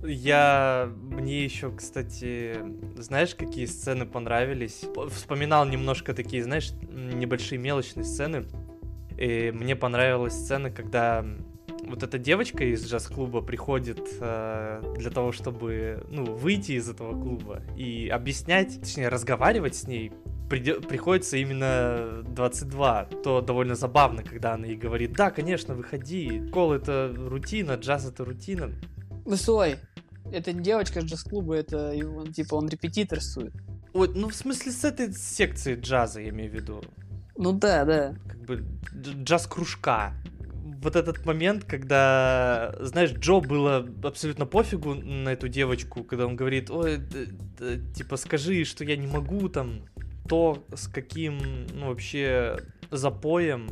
Мне еще, кстати, знаешь, какие сцены понравились? Вспоминал немножко такие, знаешь, небольшие мелочные сцены. И мне понравилась сцена, когда вот эта девочка из джаз-клуба приходит для того, чтобы, ну, выйти из этого клуба и объяснять, точнее, разговаривать с ней. Приходится именно 22, то довольно забавно, когда она ей говорит: да, конечно, выходи, школа — это рутина, джаз — это рутина. Ну, стой, это не девочка из джаз-клуба, это он, типа, он репетиторствует. Ой, ну, в смысле, с этой секции джаза, я имею в виду. Ну да. Как бы джаз-кружка. Вот этот момент, когда, знаешь, Джо было абсолютно пофигу на эту девочку, когда он говорит: ой, типа, скажи, что я не могу, там, то, с каким, ну, вообще запоем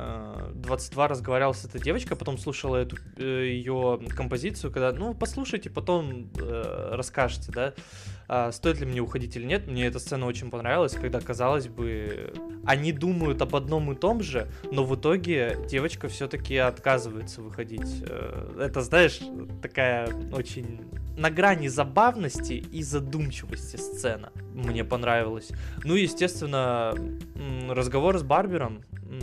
22 разговаривал с этой девочкой, потом слушала эту ее композицию, когда, ну, послушайте, потом расскажете, да, стоит ли мне уходить или нет. Мне эта сцена очень понравилась, когда, казалось бы, они думают об одном и том же, но в итоге девочка все-таки отказывается выходить. Это, знаешь, такая очень на грани забавности и задумчивости сцена. Мне понравилось. Ну, естественно, разговор с Барбером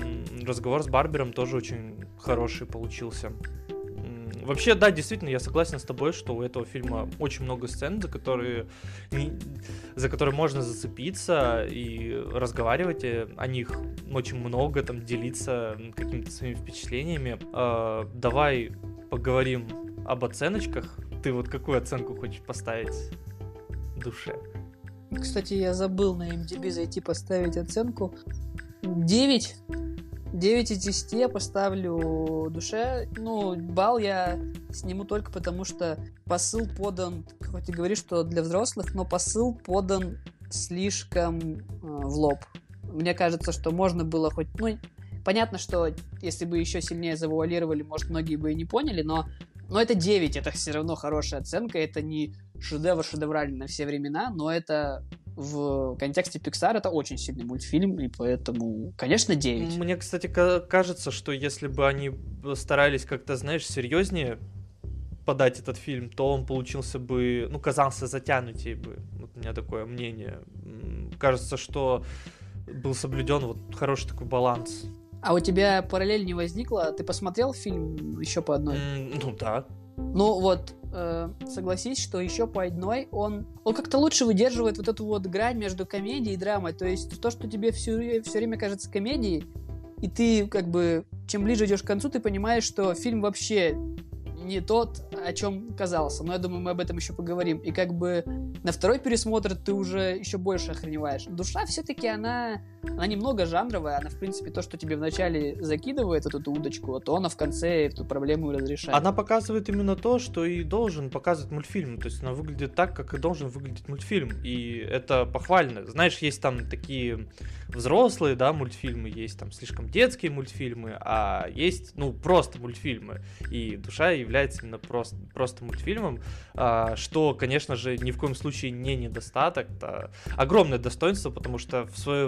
тоже очень хороший получился. Вообще, да, действительно, я согласен с тобой, что у этого фильма очень много сцен, за которые можно зацепиться и разговаривать о них очень много, там, делиться какими-то своими впечатлениями. Давай поговорим об оценочках. Ты вот какую оценку хочешь поставить «Душе»? Кстати, я забыл на IMDb зайти поставить оценку. 9 из 10 я поставлю «Душе». Ну, балл я сниму только потому, что посыл подан, хоть и говоришь, что для взрослых, но посыл подан слишком в лоб. Мне кажется, что можно было хоть... Ну, понятно, что если бы еще сильнее завуалировали, может, многие бы и не поняли, но это 9, это все равно хорошая оценка, это не шедевральный на все времена, но это в контексте Pixar это очень сильный мультфильм, и поэтому, конечно, 9. Мне, кстати, кажется, что если бы они старались как-то, знаешь, серьезнее подать этот фильм, то он получился бы, ну, казался затянутей бы. Вот у меня такое мнение. Кажется, что был соблюден вот хороший такой баланс. А у тебя параллель не возникла? Ты посмотрел фильм «Еще по одной»? Ну да. Ну вот, согласись, что «Еще по одной» он как-то лучше выдерживает вот эту вот грань между комедией и драмой. То есть то, что тебе все время кажется комедией, и ты как бы, чем ближе идешь к концу, ты понимаешь, что фильм вообще не тот, о чем казался. Но я думаю, мы об этом еще поговорим. И как бы на второй пересмотр ты уже еще больше охреневаешь. «Душа» все-таки она немного жанровая. Она, в принципе, то, что тебе вначале закидывает эту удочку, то она в конце эту проблему разрешает. Она показывает именно то, что и должен показывать мультфильм. То есть она выглядит так, как и должен выглядеть мультфильм. И это похвально. Знаешь, есть там такие взрослые, да, мультфильмы, есть там слишком детские мультфильмы, а есть, ну, просто мультфильмы. И «Душа» является именно просто мультфильмом, что, конечно же, ни в коем случае не недостаток, это огромное достоинство, потому что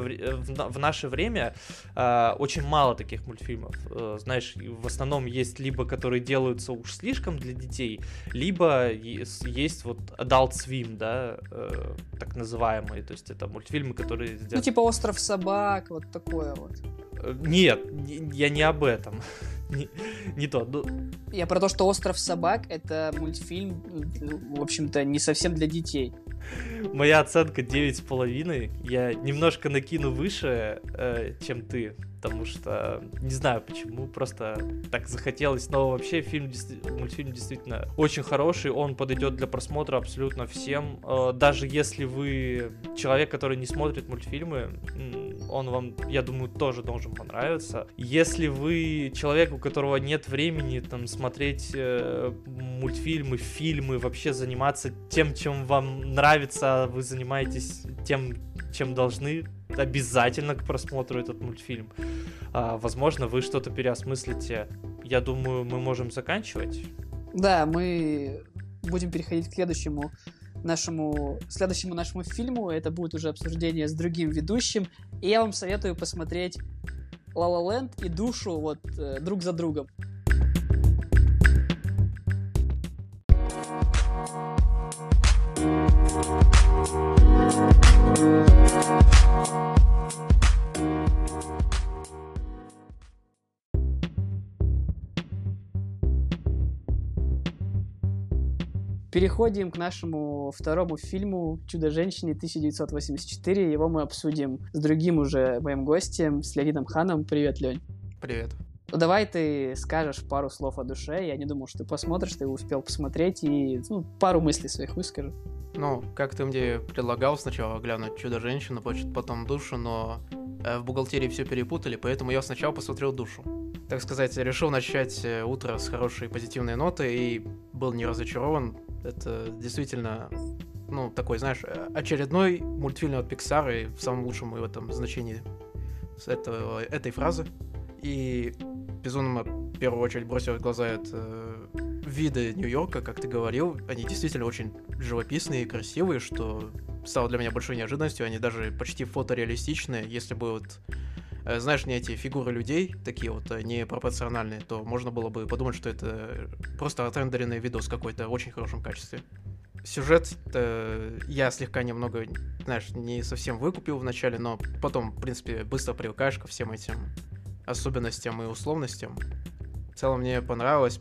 в наше время очень мало таких мультфильмов. Знаешь, в основном есть либо которые делаются уж слишком для детей, либо есть вот Adult Swim, да, так называемые, то есть это мультфильмы, которые сделаны... Ну, типа «Остров собак», вот такое вот. Нет, я не об этом. Не то. Я про то, что «Остров собак» — это мультфильм, в общем-то, не совсем для детей. Моя оценка 9,5. Я немножко накину выше, чем ты, потому что не знаю почему, просто так захотелось. Но вообще мультфильм действительно очень хороший, он подойдет для просмотра абсолютно всем. Даже если вы человек, который не смотрит мультфильмы, он вам, я думаю, тоже должен понравиться. Если вы человек, у которого нет времени там смотреть мультфильмы, фильмы, вообще заниматься тем, чем вам нравится, вы занимаетесь тем, чем должны, обязательно к просмотру этот мультфильм. Возможно, вы что-то переосмыслите. Я думаю, мы можем заканчивать. Да, мы будем переходить к следующему нашему фильму. Это будет уже обсуждение с другим ведущим. И я вам советую посмотреть «Ла Ла Ленд» и «Душу» вот друг за другом. Переходим к нашему второму фильму «Чудо-женщине» 1984. Его мы обсудим с другим уже моим гостем, с Леонидом Ханом. Привет, Лень. Привет. Ну, давай ты скажешь пару слов о душе. Я не думал, что ты посмотришь, ты успел посмотреть, и пару мыслей своих выскажи. Ну, как ты мне предлагал сначала глянуть «Чудо-женщину», потом «Душу», но в бухгалтерии все перепутали, поэтому я сначала посмотрел «Душу». Так сказать, решил начать утро с хорошей позитивной ноты и был не разочарован. Это действительно, такой, знаешь, очередной мультфильм от Pixar, и в самом лучшем в этом значении этой фразы. И безумно, в первую очередь, бросилось в глаза это виды Нью-Йорка, как ты говорил. Они действительно очень живописные и красивые, что стало для меня большой неожиданностью. Они даже почти фотореалистичные. Если бы вот, знаешь, не эти фигуры людей, такие вот не пропорциональные, то можно было бы подумать, что это просто отрендеренный видос какой-то в очень хорошем качестве. Сюжет я слегка немного, знаешь, не совсем выкупил вначале, но потом, в принципе, быстро привыкаешь ко всем этим особенностям и условностям. В целом мне понравилось,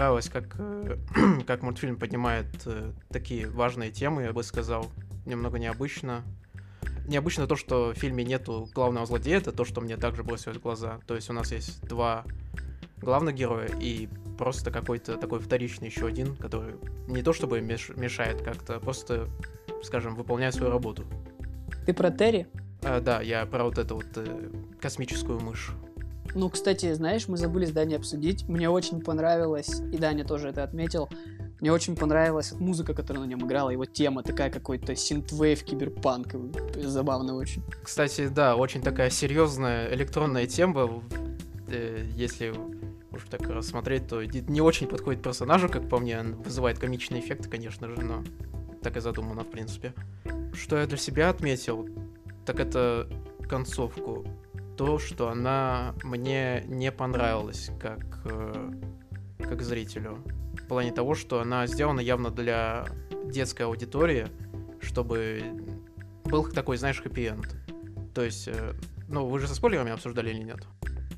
как мультфильм поднимает такие важные темы, я бы сказал. Немного необычно. Необычно то, что в фильме нету главного злодея, это то, что мне также бросилось в глаза. То есть у нас есть два главных героя и просто какой-то такой вторичный еще один, который не то чтобы мешает как-то, просто, скажем, выполняет свою работу. Ты про Терри? Да, я про вот эту вот космическую мышь. Ну, кстати, знаешь, мы забыли с Даней обсудить. Мне очень понравилось, и Даня тоже это отметил, мне очень понравилась музыка, которая на нем играла, его тема такая какой-то синтвейв, киберпанк, забавно очень. Кстати, да, очень такая серьезная электронная тема, если уж так рассмотреть, то не очень подходит персонажу, как по мне, вызывает комичный эффект, конечно же, но так и задумано, в принципе. Что я для себя отметил, так это концовку. То, что она мне не понравилась как зрителю. В плане того, что она сделана явно для детской аудитории, чтобы был такой, знаешь, хэппи-энд. То есть, вы же со спойлерами обсуждали или нет?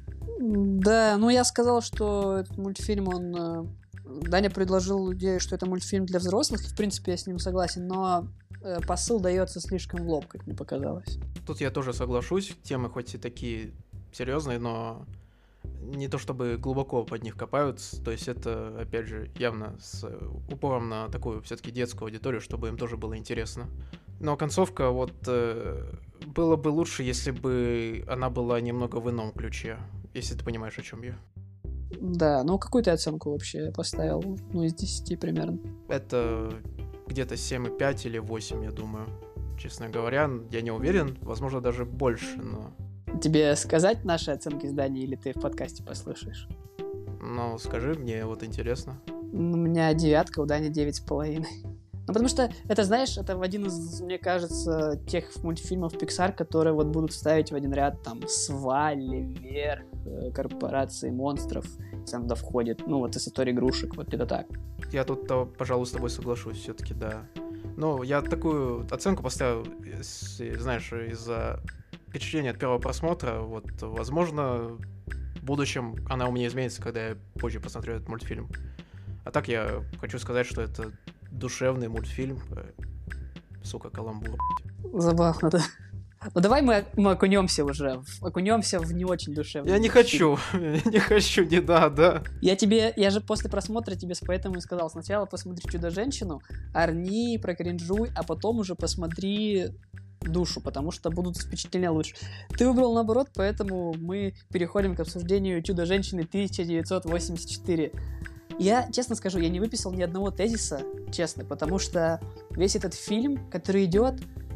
Да, я сказал, что этот мультфильм, Даня предложил идею, что это мультфильм для взрослых, и, в принципе, я с ним согласен, но посыл дается слишком в лоб, как мне показалось. Тут я тоже соглашусь, темы хоть и такие серьезные, но не то чтобы глубоко под них копаются, то есть это, опять же, явно с упором на такую все-таки детскую аудиторию, чтобы им тоже было интересно. Но концовка, было бы лучше, если бы она была немного в ином ключе, если ты понимаешь, о чем я. Да, какую ты оценку вообще поставил? Из 10 примерно. Это где-то 7,5 или 8, я думаю. Честно говоря, я не уверен, возможно, даже больше, но... Тебе сказать наши оценки зданий, или ты в подкасте послушаешь? Скажи, мне интересно. У меня 9, у Дани 9,5. Потому что, это, знаешь, это один из, мне кажется, тех мультфильмов Pixar, которые будут ставить в один ряд, там, с Валли, Вверх, Корпорации монстров, там, да, входит, из истории игрушек, где-то так. Я тут, пожалуй, с тобой соглашусь все-таки, да. Я такую оценку поставил, знаешь, из-за впечатления от первого просмотра, возможно, в будущем она у меня изменится, когда я позже посмотрю этот мультфильм. А так я хочу сказать, что это душевный мультфильм. Сука, каламбур. Забавно, да. Ну давай мы окунемся в не очень душевный. Я не хочу, не надо. Я же после просмотра тебе поэтому и сказал, сначала посмотри «Чудо-женщину», орни, прокринжуй, а потом уже посмотри «Душу», потому что будут впечатления лучше. Ты выбрал наоборот, поэтому мы переходим к обсуждению «Чудо-женщины» 1984. Я, честно скажу, я не выписал ни одного тезиса, честно, потому что весь этот фильм, который идет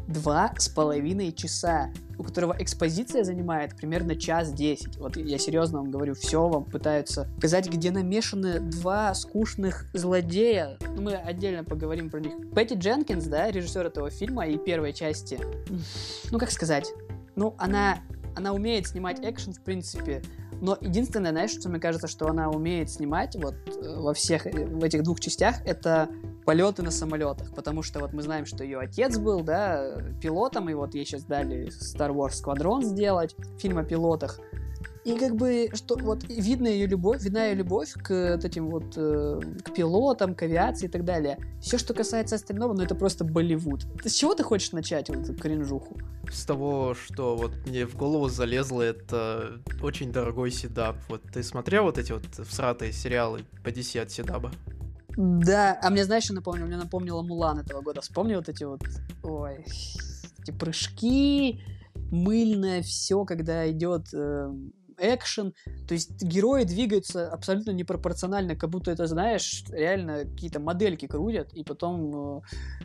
2,5 часа, у которого экспозиция занимает примерно час 10. Вот я серьезно вам говорю, все вам пытаются сказать, где намешаны два скучных злодея. Мы отдельно поговорим про них. Пэтти Дженкинс, да, режиссер этого фильма и первой части, ну как сказать, ну она умеет снимать экшен, в принципе, но единственное, знаешь, что мне кажется, что она умеет снимать вот в этих двух частях, это полеты на самолетах, потому что вот мы знаем, что ее отец был, да, пилотом, и вот ей сейчас дали Star Wars Squadron сделать, фильм о пилотах. И как бы, что вот видна ее любовь к вот этим вот к пилотам, к авиации и так далее. Все, что касается остального, ну это просто Болливуд. С чего ты хочешь начать вот эту кринжуху? С того, что вот мне в голову залезло, это очень дорогой седап. Вот ты смотрел вот эти вот всратые сериалы по DC от седаба? Да, а мне, знаешь, что напомнило? Мне напомнило Мулан этого года. Вспомни вот эти вот, ой, эти прыжки, мыльное все, когда идет экшен, то есть герои двигаются абсолютно непропорционально, как будто это, знаешь, реально какие-то модельки крутят, и потом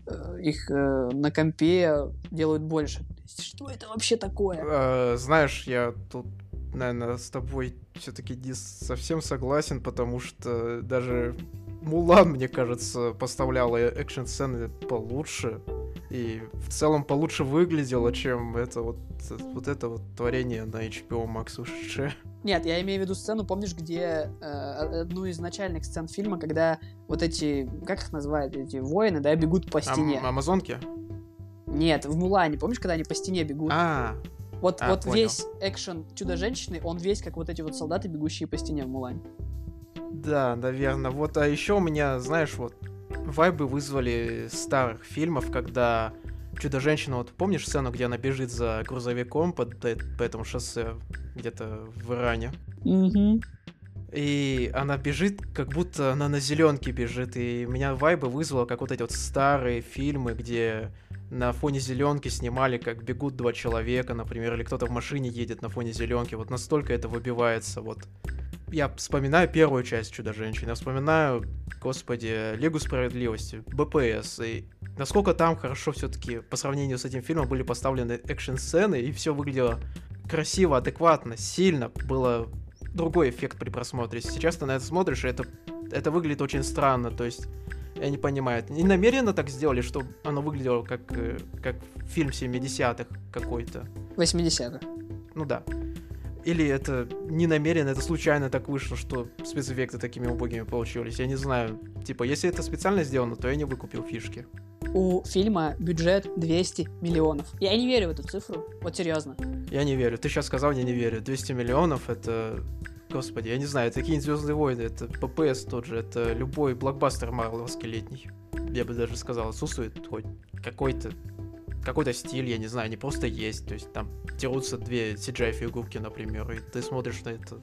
их на компе делают больше. Что это вообще такое? Знаешь, я тут, наверное, с тобой все-таки не совсем согласен, потому что даже Мулан, мне кажется, поставляла экшн-сцены получше и в целом получше выглядело, чем это вот творение на HBO Max ушедшее. Нет, я имею в виду сцену, помнишь, где одну из начальных сцен фильма, когда вот эти, как их называют, эти воины, да, бегут по стене. Амазонки? Нет, в Мулане, помнишь, когда они по стене бегут? Вот весь экшен Чудо-женщины, он весь как вот эти вот солдаты, бегущие по стене в Мулане. Да, наверное. Вот, а еще у меня, знаешь, вот вайбы вызвали старых фильмов, когда Чудо-женщина, вот помнишь сцену, где она бежит за грузовиком по этому шоссе где-то в Иране? Угу. И она бежит, как будто она на зеленке бежит, и меня вайбы вызвало, как вот эти вот старые фильмы, где на фоне зеленки снимали, как бегут два человека, например, или кто-то в машине едет на фоне зеленки. Вот настолько это выбивается, вот. Я вспоминаю первую часть Чудо-женщины, я вспоминаю, господи, Лигу справедливости, БПС, и насколько там хорошо все-таки по сравнению с этим фильмом были поставлены экшн-сцены, и все выглядело красиво, адекватно, сильно, было другой эффект при просмотре. Сейчас ты на это смотришь, и это выглядит очень странно, то есть я не понимаю, не намеренно так сделали, чтобы оно выглядело как фильм 70-х какой-то. 80-х. Ну да. Или это не намеренно, это случайно так вышло, что спецэффекты такими убогими получились. Я не знаю. Типа, если это специально сделано, то я не выкупил фишки. У фильма бюджет 200 миллионов. Я не верю в эту цифру. Вот серьезно. Я не верю. Ты сейчас сказал, я не верю. 200 миллионов это... Господи, я не знаю, это какие-нибудь «Звездные войны», это ППС тот же, это любой блокбастер марвеловский летний. Я бы даже сказал, отсутствует хоть какой-то стиль, я не знаю, не просто есть. То есть там дерутся две CGI-фигурки, например, и ты смотришь на это.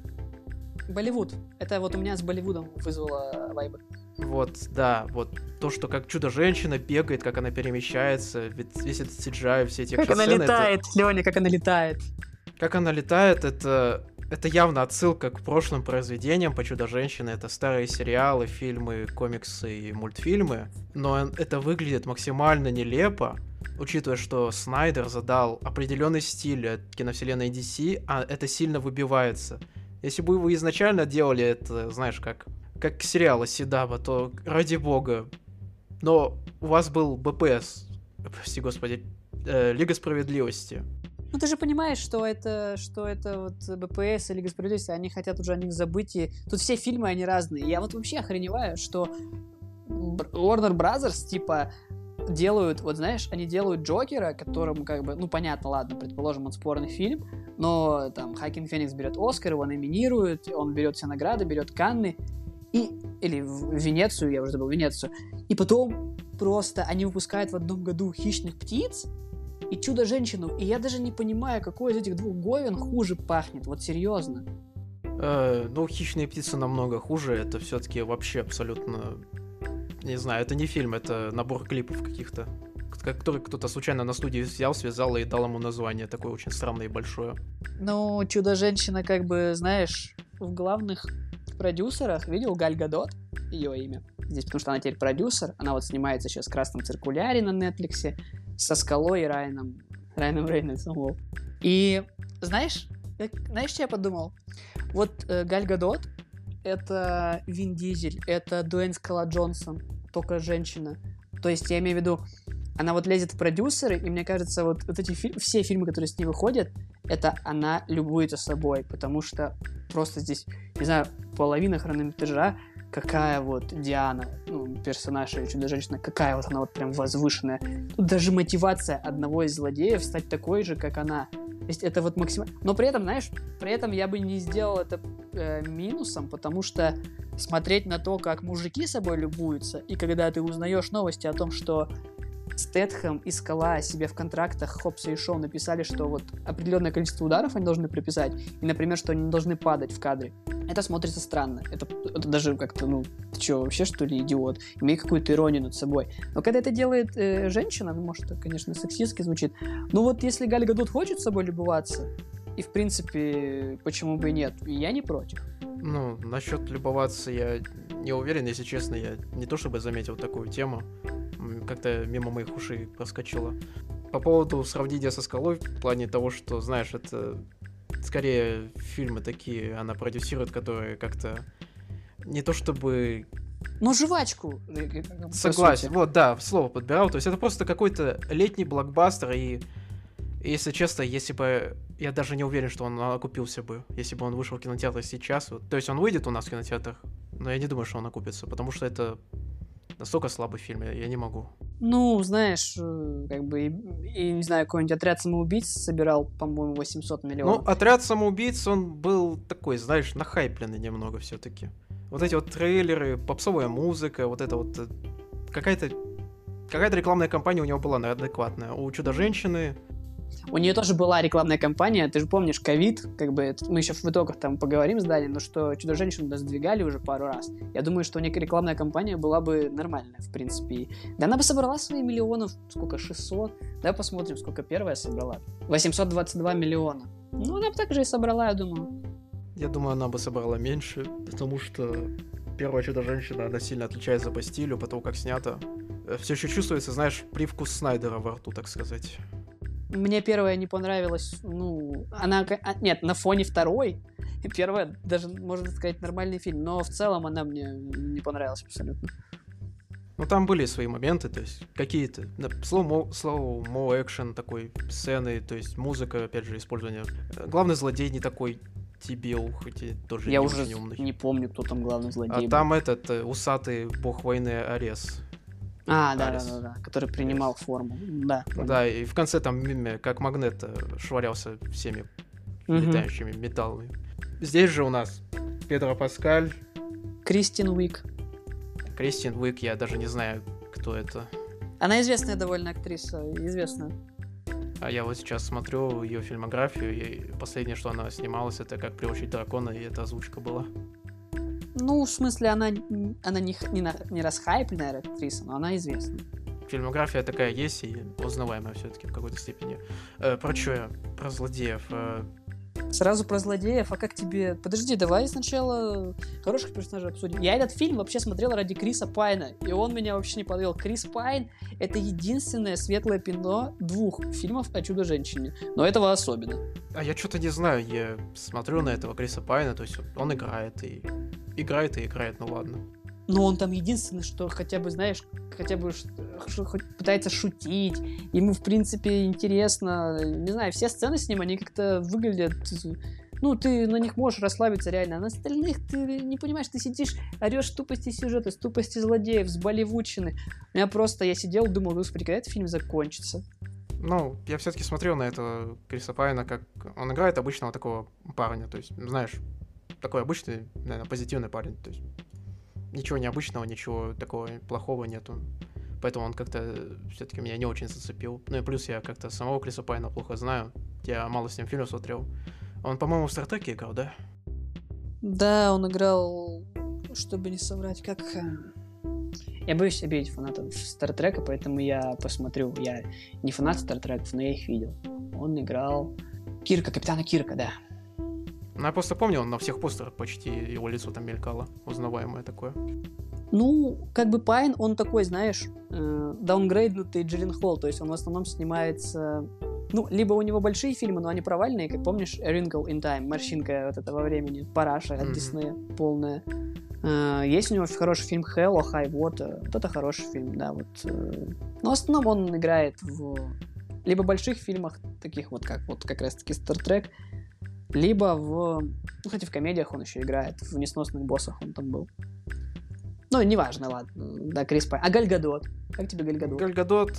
Болливуд. Это вот у меня с Болливудом вызвало вайбы. Вот, да, вот то, что как Чудо-женщина бегает, как она перемещается, ведь весь этот CGI, все эти экшн-сцены... Как она летает, Лёня, как она летает. Как она летает, это явно отсылка к прошлым произведениям по Чудо-женщине. Это старые сериалы, фильмы, комиксы и мультфильмы. Но это выглядит максимально нелепо, учитывая, что Снайдер задал определенный стиль от киновселенной DC, а это сильно выбивается. Если бы вы изначально делали это, знаешь, как сериалы Седаба, то ради бога. Но у вас был БПС, прости господи, Лига справедливости. Ну ты же понимаешь, что это вот БПС и Лига справедливости, они хотят уже о них забыть, и тут все фильмы, они разные. Я вот вообще охреневаю, что Warner Brothers, типа, делают, вот знаешь, они делают Джокера, которому как бы, ну понятно, ладно, предположим, он спорный фильм, но там Хоакин Феникс берет Оскар, его номинируют, он берет все награды, берет Канны, или в Венецию, я уже забыл, Венецию, и потом просто они выпускают в одном году «Хищных птиц» и «Чудо-женщину», и я даже не понимаю, какой из этих двух говен хуже пахнет, вот серьезно. Ну, «Хищные птицы» намного хуже, это все-таки вообще абсолютно... Не знаю, это не фильм, это набор клипов каких-то, который кто-то случайно на студии взял, связал и дал ему название такое очень странное и большое. Ну, «Чудо-женщина», как бы, знаешь, в главных продюсерах видел Галь Гадот, ее имя здесь, потому что она теперь продюсер, она вот снимается сейчас в «Красном циркуляре» на Нетфликсе со Скалой и Райаном Рейнольдсом. И знаешь, что я подумал? Вот Галь Гадот — это Вин Дизель, это Дуэйн Скала Джонсон, только женщина. То есть я имею в виду, она вот лезет в продюсеры, и мне кажется, вот эти все фильмы, которые с ней выходят, это она любуется собой, потому что просто здесь, не знаю, половина хронометража, какая вот Диана, ну, персонаж или Чудо-женщина, какая вот она вот прям возвышенная. Тут даже мотивация одного из злодеев стать такой же, как она. То есть это вот максимально... Но при этом, знаешь, я бы не сделал это минусом, потому что смотреть на то, как мужики собой любуются, и когда ты узнаешь новости о том, что Стэтхэм и Скала себе в контрактах Хопса и Шоу написали, что вот определенное количество ударов они должны приписать, и, например, что они не должны падать в кадре. Это смотрится странно. Это даже как-то, ну, ты что, вообще, что ли, идиот? Имей какую-то иронию над собой. Но когда это делает женщина, ну, может, это, конечно, сексистски звучит, но вот если Галь Гадот хочет собой любоваться, и, в принципе, почему бы и нет, я не против. Ну, насчет любоваться я не уверен, если честно, я не то чтобы заметил такую тему, как-то мимо моих ушей проскочило. По поводу сравнения со Скалой, в плане того, что, знаешь, это скорее фильмы такие, она продюсирует, которые как-то не то чтобы... Ну, жвачку. Согласен, вот, да, слово подбирал. То есть это просто какой-то летний блокбастер, и если честно, если бы... Я даже не уверен, что он окупился бы, если бы он вышел в кинотеатрах сейчас. Вот. То есть он выйдет у нас в кинотеатрах, но я не думаю, что он окупится, потому что это настолько слабый фильм, я не могу. Ну, знаешь, как бы, и не знаю, какой-нибудь «Отряд самоубийц» собирал, по-моему, 800 миллионов. Ну, «Отряд самоубийц», он был такой, знаешь, нахайпленный немного все-таки. Вот эти вот трейлеры, попсовая музыка, вот это вот... Какая-то рекламная кампания у него была адекватная. У «Чудо-женщины»... У нее тоже была рекламная кампания, ты же помнишь, ковид, как бы, мы еще в итогах там поговорим с Даней, но что «Чудо-женщину» сдвигали уже пару раз. Я думаю, что у нее рекламная кампания была бы нормальная, в принципе. Да она бы собрала свои миллионов, сколько, 600? Давай посмотрим, сколько первая собрала. 822 миллиона. Ну, она бы так же и собрала, я думаю. Я думаю, она бы собрала меньше, потому что первая «Чудо-женщина», она сильно отличается по стилю, по тому, как снято. Все еще чувствуется, знаешь, привкус Снайдера во рту, так сказать. Мне первая не понравилась, ну, она, нет, на фоне второй, первая даже, можно сказать, нормальный фильм, но в целом она мне не понравилась абсолютно. Ну, там были свои моменты, то есть какие-то slow-mo экшен такой сцены, то есть музыка, опять же, использование. Главный злодей не такой дебил, хоть и тоже я не уже очень умный. Не помню, кто там главный злодей. А там этот усатый бог войны Арес. Да, который принимал форму. Да, да, и в конце там как магнит швырялся всеми летающими металлами. Здесь же у нас Педро Паскаль. Кристин Уик, я даже не знаю, кто это. Она известная довольно актриса, известная. А я вот сейчас смотрю ее фильмографию, и последнее, что она снималась, это «Как приручить дракона», и эта озвучка была. Ну, в смысле, она не расхайпленная актриса, но она известна. Фильмография такая есть и узнаваемая все-таки в какой-то степени. Про что я? Про злодеев. Сразу про злодеев, а как тебе... Подожди, давай сначала хороших персонажей обсудим. Я этот фильм вообще смотрел ради Криса Пайна, и он меня вообще не подвел. Крис Пайн — это единственное светлое пятно двух фильмов о Чудо-женщине, но этого особенно. А я что-то не знаю, я смотрю на этого Криса Пайна, то есть он играет, ну ладно. Но он там единственный, что хотя бы, знаешь, пытается шутить. Ему, в принципе, интересно. Не знаю, все сцены с ним, они как-то выглядят ну, ты на них можешь расслабиться реально, а на остальных ты не понимаешь, ты сидишь, орешь с тупости сюжета, с тупости злодеев, с болливудщины. Я сидел, думал, господи, когда этот фильм закончится? Ну, я все-таки смотрел на этого Криса Пайна, как он играет обычного такого парня, то есть, знаешь, такой обычный, наверное, позитивный парень, то есть ничего необычного, ничего такого плохого нету. Поэтому он как-то все-таки меня не очень зацепил. Ну и плюс я как-то самого Криса Пайна плохо знаю. Я мало с ним фильмов смотрел. Он, по-моему, в Стартреке играл, да? Да, он играл, чтобы не соврать, как... Я боюсь обидеть фанатов Стартрека, поэтому я посмотрю. Я не фанат Стартреков, но я их видел. Он играл капитана Кирка, да. Ну, я просто помню, он на всех постерах почти его лицо там мелькало. Узнаваемое такое. Ну, как бы Пайн, он такой, знаешь, даунгрейднутый Джилленхол, то есть он в основном снимается... Ну, либо у него большие фильмы, но они провальные, как помнишь, A Wrinkle in Time, морщинка вот этого времени, параша от Диснея полная. Есть у него хороший фильм Hell or High Water, вот это хороший фильм, да, вот. Но в основном он играет в либо больших фильмах, таких вот как раз-таки Star Trek, либо ну, хотя в комедиях он еще играет, в «Несносных боссах» он там был. Ну, неважно, ладно. Да, Крис Пайн. А Галь Гадот? Как тебе Галь Гадот? Галь Гадот,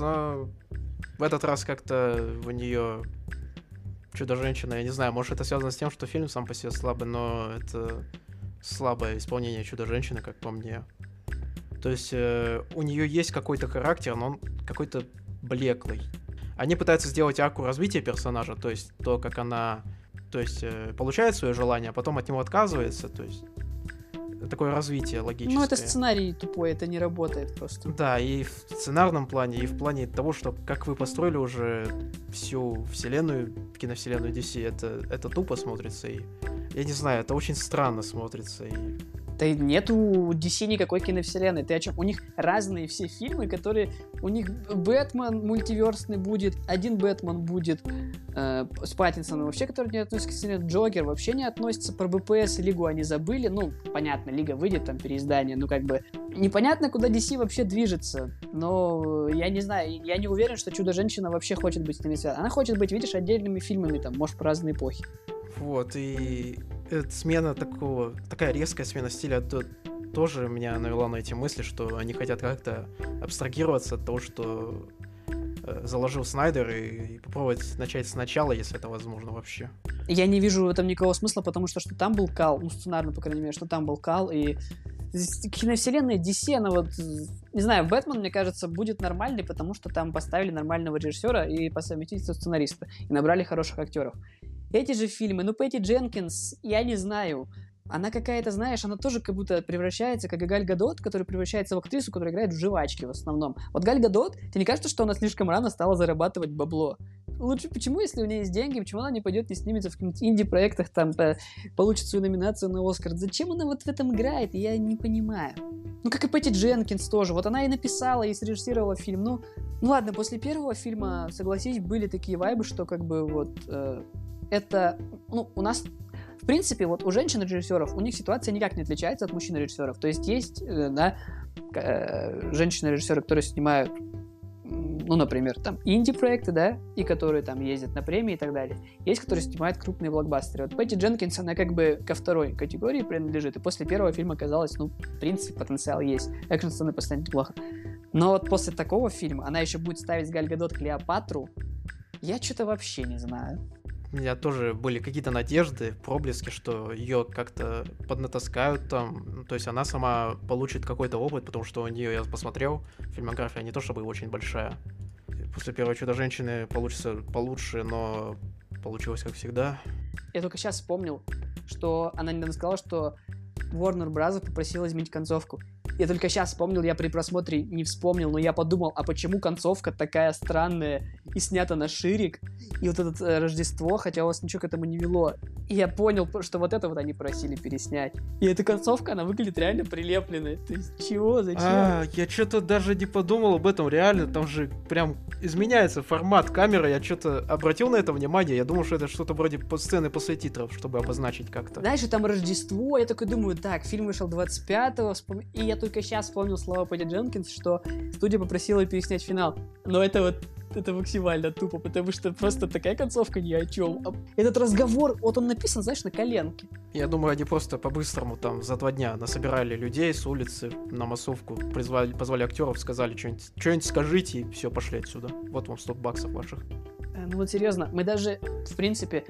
в этот раз как-то у нее Чудо-женщина, я не знаю, может это связано с тем, что фильм сам по себе слабый, но это слабое исполнение Чудо-женщины, как по мне. То есть у нее есть какой-то характер, но он какой-то блеклый. Они пытаются сделать арку развития персонажа, то есть то, как она получает свое желание, а потом от него отказывается, то есть такое развитие логическое. Ну, это сценарий тупой, это не работает просто. Да, и в сценарном плане, и в плане того, что как вы построили уже всю вселенную, киновселенную DC, это тупо смотрится, и я не знаю, это очень странно смотрится, и... Да нету у DC никакой киновселенной. Ты о чем? У них разные все фильмы, которые... У них Бэтмен мультиверсный будет, один Бэтмен будет с Паттинсоном, вообще, который не относится к вселенной. Джокер вообще не относится. Про БПС и Лигу они забыли. Ну, понятно, Лига выйдет, там, переиздание. Ну, как бы... Непонятно, куда DC вообще движется. Но я не знаю, я не уверен, что Чудо-женщина вообще хочет быть с ними связана. Она хочет быть, видишь, отдельными фильмами, там, может, по разные эпохи. Вот, и смена такая резкая смена стиля тоже меня навела на эти мысли, что они хотят как-то абстрагироваться от того, что заложил Снайдер, и попробовать начать сначала, если это возможно вообще. Я не вижу в этом никакого смысла, потому что там был кал, ну, сценарно, по крайней мере, что там был кал, и киновселенная DC, она вот, не знаю, Бэтмен, мне кажется, будет нормальный, потому что там поставили нормального режиссера и по совместительству сценариста, и набрали хороших актеров. Эти же фильмы, ну, Пэтти Дженкинс, я не знаю, она какая-то, знаешь, она тоже как будто превращается, как и Галь Гадот, которая превращается в актрису, которая играет в жвачки в основном. Вот Галь Гадот, тебе не кажется, что она слишком рано стала зарабатывать бабло? Лучше почему, если у нее есть деньги, почему она не пойдет, не снимется в каких-нибудь инди-проектах, там, получит свою номинацию на Оскар? Зачем она вот в этом играет? Я не понимаю. Ну, как и Пэтти Дженкинс тоже. Вот она и написала, и срежиссировала фильм. Ну ладно, после первого фильма, согласись, были такие вайбы, что как бы вот... это, ну, у нас, в принципе, вот у женщин-режиссеров, у них ситуация никак не отличается от мужчин-режиссеров. То есть есть, да, женщины-режиссеры, которые снимают, ну, например, там, инди-проекты, да, и которые там ездят на премии и так далее. Есть, которые снимают крупные блокбастеры. Вот Пэтти Дженкинс, она как бы ко второй категории принадлежит, и после первого фильма казалось, ну, в принципе, потенциал есть. Экшн-сцены постоянно неплохо. Но вот после такого фильма она еще будет ставить с Галь Гадот Клеопатру. Я что-то вообще не знаю. У меня тоже были какие-то надежды, проблески, что ее как-то поднатаскают там, то есть она сама получит какой-то опыт, потому что у нее, я посмотрел, фильмография не то чтобы очень большая. После первого Чудо-женщины получится получше, но получилось как всегда. Я только сейчас вспомнил, что она недавно сказала, что Warner Bros. Попросила изменить концовку. Я только сейчас вспомнил, я при просмотре не вспомнил, но я подумал, а почему концовка такая странная и снята на ширик, и вот это Рождество, хотя у вас ничего к этому не вело. И я понял, что вот это вот они просили переснять. И эта концовка, она выглядит реально прилепленной. То есть чего, зачем? Я что-то даже не подумал об этом, реально, там же прям изменяется формат камеры, я что-то обратил на это внимание, я думал, что это что-то вроде сцены после титров, чтобы обозначить как-то. Знаешь, там Рождество, я такой думаю, так, фильм вышел 25-го, и я только сейчас вспомнил слова Пэтти Дженкинс, что студия попросила переснять финал. Но это вот это максимально тупо, потому что просто такая концовка ни о чем. Этот разговор, вот он написан, знаешь, на коленке. Я думаю, они просто по-быстрому там за 2 дня насобирали людей с улицы на массовку, позвали актеров, сказали что-нибудь скажите, и все, пошли отсюда. Вот вам $100 ваших. Ну вот серьезно, мы даже, в принципе,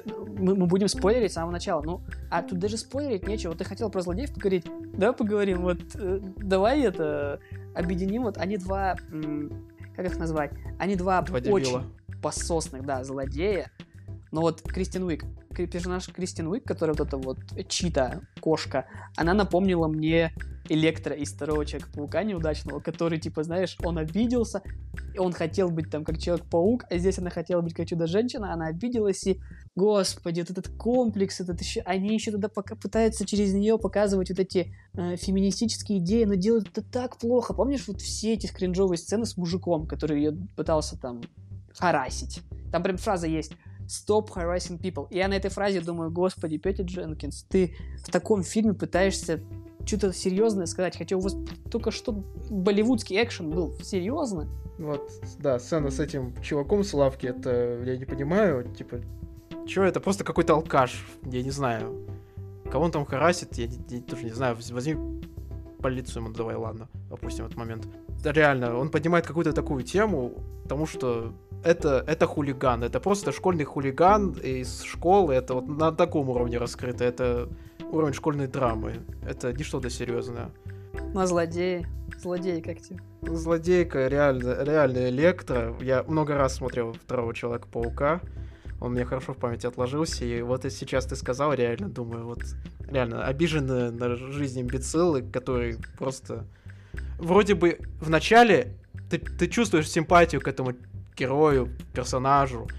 мы будем спойлерить с самого начала. Ну, а тут даже спойлерить нечего. Ты хотел про злодеев поговорить? Давай поговорим. Вот давай это объединим. Вот они два, как их назвать? Они два очень пососных, да, злодея. Но вот Кристен Уиг, персонаж Кристен Уиг, которая вот эта вот Чита, кошка, она напомнила мне Электро из второго Человека-паука неудачного, который, типа, знаешь, он обиделся, и он хотел быть там как Человек-паук, а здесь она хотела быть как Чудо-женщина, она обиделась, и, господи, вот этот комплекс, они еще тогда пока пытаются через нее показывать вот эти феминистические идеи, но делают это так плохо. Помнишь вот все эти кринжовые сцены с мужиком, который ее пытался там харасить? Там прям фраза есть: «Stop harassing people». И я на этой фразе думаю, господи, Петти Дженкинс, ты в таком фильме пытаешься что-то серьезное сказать, хотя у вас только что болливудский экшен был. Серьезно? Вот, да, сцена с этим чуваком с лавки, это я не понимаю, типа, чё это? Просто какой-то алкаш, я не знаю. Кого он там харасит, я тоже не знаю. Возьми полицию ему, давай, ладно, опустим этот момент. Да, реально, он поднимает какую-то такую тему, потому что это хулиган, это просто школьный хулиган из школы, это вот на таком уровне раскрыто, это уровень школьной драмы, это не что-то серьезное. Ну, а злодеи как тебе? Злодейка, реально Электро. Я много раз смотрел второго Человека-паука, он мне хорошо в памяти отложился, и вот и сейчас ты сказал, реально думаю, вот реально обиженные на жизнь имбецилы, которые просто вроде бы в начале ты чувствуешь симпатию к этому герою, персонажу,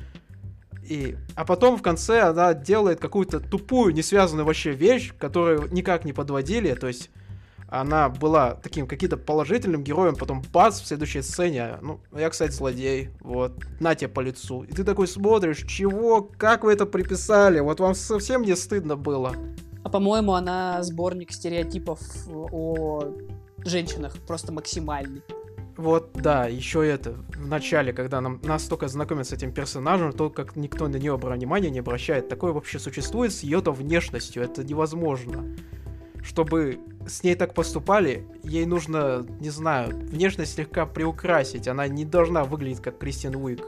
а потом в конце она делает какую-то тупую, не связанную вообще вещь, которую никак не подводили, то есть она была таким каким-то положительным героем, потом бац, в следующей сцене, ну, я, кстати, злодей, вот, на тебе по лицу. И ты такой смотришь, чего, как вы это приписали, вот вам совсем не стыдно было. А по-моему, она сборник стереотипов о женщинах, просто максимальный. Вот, да, еще это, в начале, когда нас только знакомят с этим персонажем, то как никто на нее внимания не обращает, такое вообще существует с ее-то внешностью, это невозможно. Чтобы с ней так поступали, ей нужно, не знаю, внешность слегка приукрасить, она не должна выглядеть как Кристен Уиг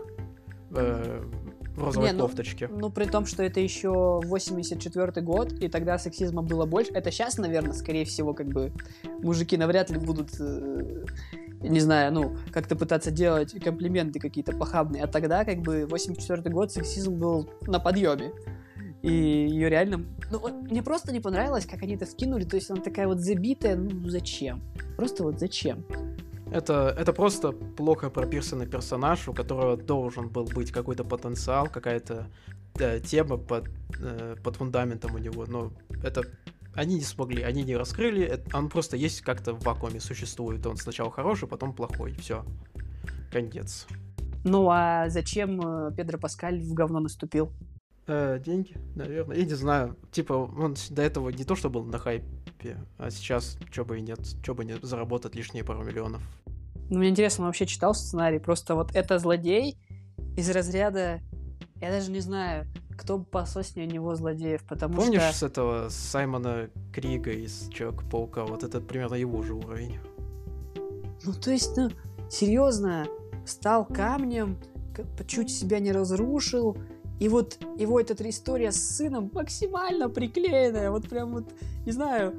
в розовой кофточке. Ну, при том, что это еще 84-й год, и тогда сексизма было больше. Это сейчас, наверное, скорее всего, как бы мужики навряд ли будут, не знаю, ну, как-то пытаться делать комплименты какие-то похабные. А тогда, как бы, 84-й год сексизм был на подъеме. И ее реально... Ну, мне просто не понравилось, как они это вкинули. То есть она такая вот забитая, ну, зачем? Просто вот зачем? Это просто плохо прописанный персонаж, у которого должен был быть какой-то потенциал, какая-то тема под фундаментом у него. Но это... Они не смогли, они не раскрыли. Он просто есть как-то в вакууме существует. Он сначала хороший, потом плохой. Все. Конец. Ну, а зачем Педро Паскаль в говно наступил? Деньги, наверное. Я не знаю. Типа, он до этого не то, что был на хайпе, а сейчас чё бы и нет. Чё бы не заработать лишние пару миллионов. Ну, мне интересно, он вообще читал сценарий? Просто вот это злодей из разряда... Я даже не знаю, кто бы пососнее него злодеев, потому Помнишь что... с этого Саймона Крига из Человека-паука? Вот это примерно его же уровень. Ну, то есть, ну, серьезно, стал камнем, чуть себя не разрушил, и вот его эта история с сыном максимально приклеенная, вот прям вот, не знаю,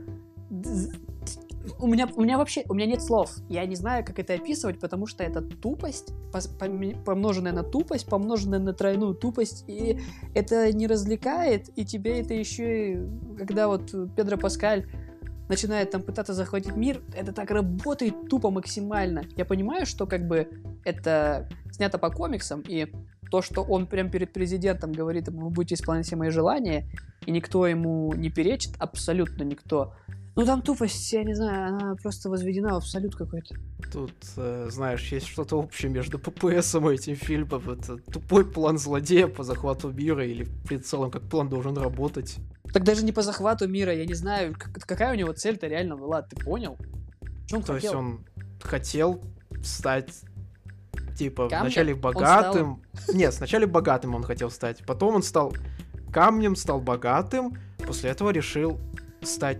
у меня нет слов, я не знаю, как это описывать, потому что это тупость, помноженная на тупость, помноженная на тройную тупость, и это не развлекает, и тебе это еще и, когда вот Педро Паскаль начинает там пытаться захватить мир, это так работает тупо максимально. Я понимаю, что как бы это снято по комиксам, и то, что он прям перед президентом говорит ему: вы будете исполнять все мои желания, и никто ему не перечит, абсолютно никто. Ну там тупость, я не знаю, она просто возведена в абсолют какой-то. Тут, знаешь, есть что-то общее между ППСом и этим фильмом. Это тупой план злодея по захвату мира, или в целом как план должен работать. Так даже не по захвату мира, я не знаю, какая у него цель-то реально была, ты понял? Что он хотел? То есть он хотел стать Типа, Камнем? вначале богатым. Нет, сначала богатым он хотел стать. Потом он стал камнем, стал богатым. После этого решил стать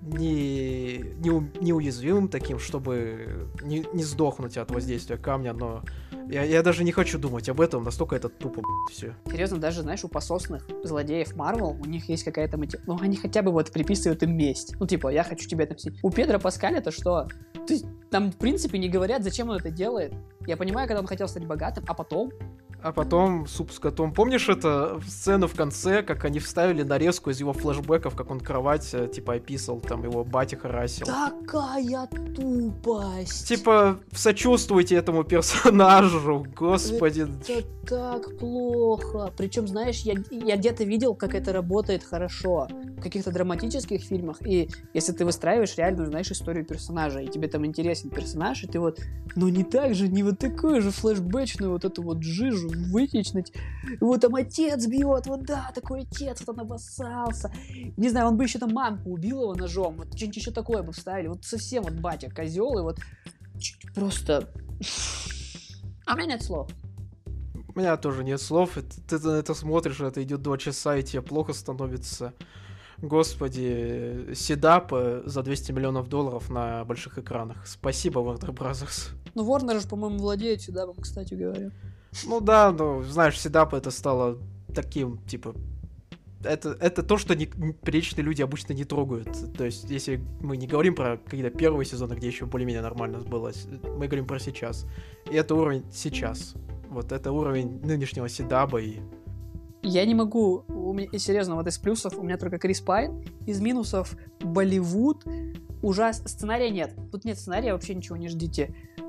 неуязвимым таким, чтобы не сдохнуть от воздействия камня, но я даже не хочу думать об этом, настолько это тупо, все. Серьезно, даже, знаешь, у пососных злодеев Марвел, у них есть какая-то мотивация. Ну, они хотя бы вот приписывают им месть. Ну, типа, я хочу тебя отомстить. У Педро Паскаля-то что? Там, в принципе, не говорят, зачем он это делает. Я понимаю, когда он хотел стать богатым, а потом... А потом суп с котом. Помнишь эту сцену в конце, как они вставили нарезку из его флешбеков, как он кровать, типа, описал, там, его батя харасил? Такая тупость! Типа, сочувствуйте этому персонажу, господи. Это так плохо. Причем, знаешь, я где-то видел, как это работает хорошо в каких-то драматических фильмах, и если ты выстраиваешь реальную, знаешь, историю персонажа, и тебе там интересен персонаж, и ты вот, ну не так же, не вот такую же флешбэчную вот эту вот жижу вытечнуть. Вот там отец бьет, вот да, такой отец, вот он обоссался. Не знаю, он бы еще там мамку убил его ножом, вот что-нибудь еще такое бы вставили. Вот совсем вот батя козел, и вот просто... А у меня нет слов. У меня тоже нет слов. Ты на это смотришь, это идет 2 часа, и тебе плохо становится. Господи, седап за $200 миллионов на больших экранах. Спасибо, Warner Brothers. Ну, Warner же, по-моему, владеет седапом, кстати говоря. Ну да, ну, знаешь, седап это стало таким, типа... Это то, что приличные люди обычно не трогают. То есть, если мы не говорим про какие-то первые сезоны, где еще более-менее нормально было, мы говорим про сейчас. И это уровень сейчас. Вот это уровень нынешнего седаба и... Я не могу, серьезно, вот из плюсов у меня только Крис Пайн, из минусов Болливуд, сценария нет. Тут нет сценария, вообще ничего не ждите.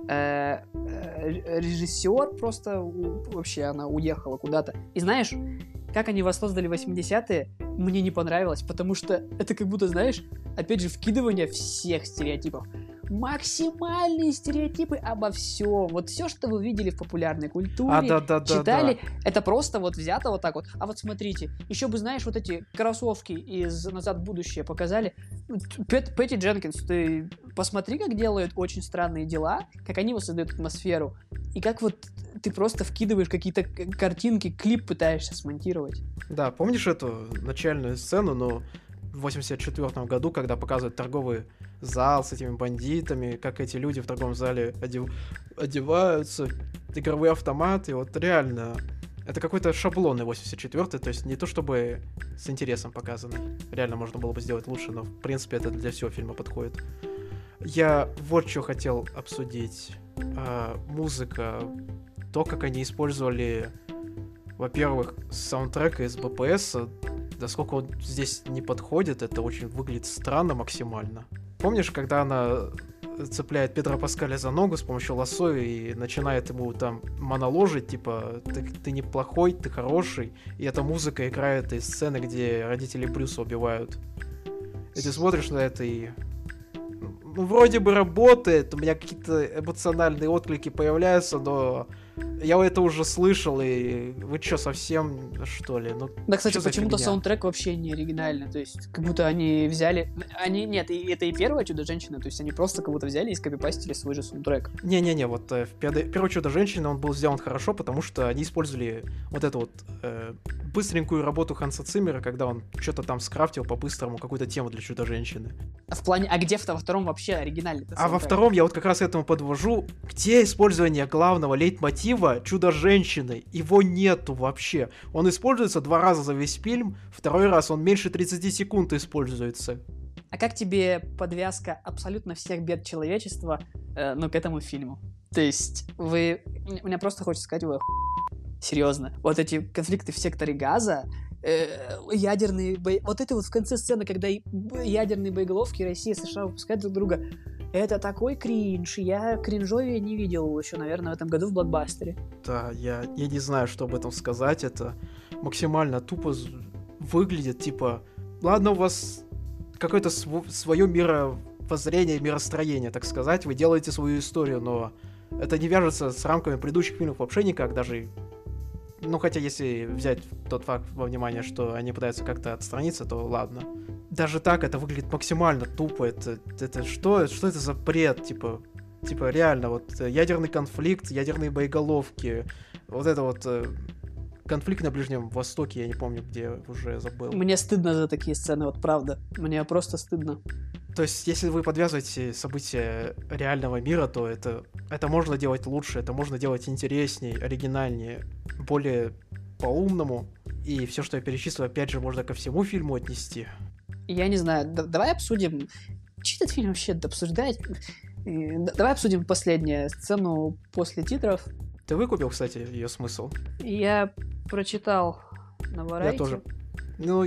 Режиссер просто вообще она уехала куда-то. И знаешь, как они воссоздали 80-е, мне не понравилось, потому что это как будто, знаешь, опять же, вкидывание всех стереотипов. Максимальные стереотипы обо всем. Вот все, что вы видели в популярной культуре, читали, это просто вот взято вот так вот. А вот смотрите, еще бы, знаешь, вот эти кроссовки из «Назад в будущее» показали. Пэтти Дженкинс, ты посмотри, как делают «Очень странные дела», как они воссоздают атмосферу, и как вот ты просто вкидываешь какие-то картинки, клип пытаешься смонтировать. Да, помнишь эту начальную сцену, но в 84 году, когда показывают торговый зал с этими бандитами, как эти люди в торговом зале одеваются, игровые автоматы, вот реально, это какой-то шаблонный 84-й, то есть не то чтобы с интересом показанный, реально можно было бы сделать лучше, но в принципе это для всего фильма подходит. Я вот что хотел обсудить. Музыка, то, как они использовали, во-первых, саундтрек из БПС, насколько он здесь не подходит, это очень выглядит странно максимально. Помнишь, когда она цепляет Педро Паскаля за ногу с помощью лассо и начинает ему там моноложить, типа, ты неплохой, ты хороший, и эта музыка играет из сцены, где родители Брюса убивают. И ты смотришь на это и... Ну, вроде бы работает, у меня какие-то эмоциональные отклики появляются, но я это уже слышал, и вы что, совсем, что ли? Ну, да, кстати, почему-то саундтрек вообще не оригинальный, то есть как будто они взяли... Нет, это и первое «Чудо-женщина», то есть они просто как будто взяли и скопипастили свой же саундтрек. Не-не-не, вот первое «Чудо-женщина» он был сделан хорошо, потому что они использовали вот эту вот быстренькую работу Ханса Циммера, когда он что-то там скрафтил по-быстрому, какую-то тему для «Чудо-женщины». А где во втором вообще оригинальный? А во втором я вот как раз к этому подвожу. Где использование главного лейтмотива «Чудо-женщины»? Его нету вообще. Он используется 2 раза за весь фильм, второй раз он меньше 30 секунд используется. А как тебе подвязка абсолютно всех бед человечества, к этому фильму? То есть мне просто хочется сказать, серьезно. Вот эти конфликты в секторе Газа, ядерные вот это вот в конце сцены, когда ядерные боеголовки Россия и США выпускают друг друга, это такой кринж. Я кринжовее не видел еще, наверное, в этом году в блокбастере. Да, я не знаю, что об этом сказать. Это максимально тупо выглядит, типа, ладно, у вас какое-то свое мировоззрение, миростроение, так сказать, вы делаете свою историю, но это не вяжется с рамками предыдущих фильмов вообще никак, даже... Ну, хотя, если взять тот факт во внимание, что они пытаются как-то отстраниться, то ладно. Даже так это выглядит максимально тупо. Это что это за бред? Типа, Типа, реально, вот ядерный конфликт, ядерные боеголовки, вот это вот конфликт на Ближнем Востоке, я не помню, где, уже забыл. Мне стыдно за такие сцены, вот правда. Мне просто стыдно. То есть, если вы подвязываете события реального мира, то это можно делать лучше, это можно делать интереснее, оригинальнее, более по-умному. И все, что я перечислил, опять же, можно ко всему фильму отнести. Я не знаю, давай обсудим... Че этот фильм вообще обсуждать? Давай обсудим последнюю сцену после титров. Ты выкупил, кстати, ее смысл? Я прочитал на Variety. Я тоже. Ну,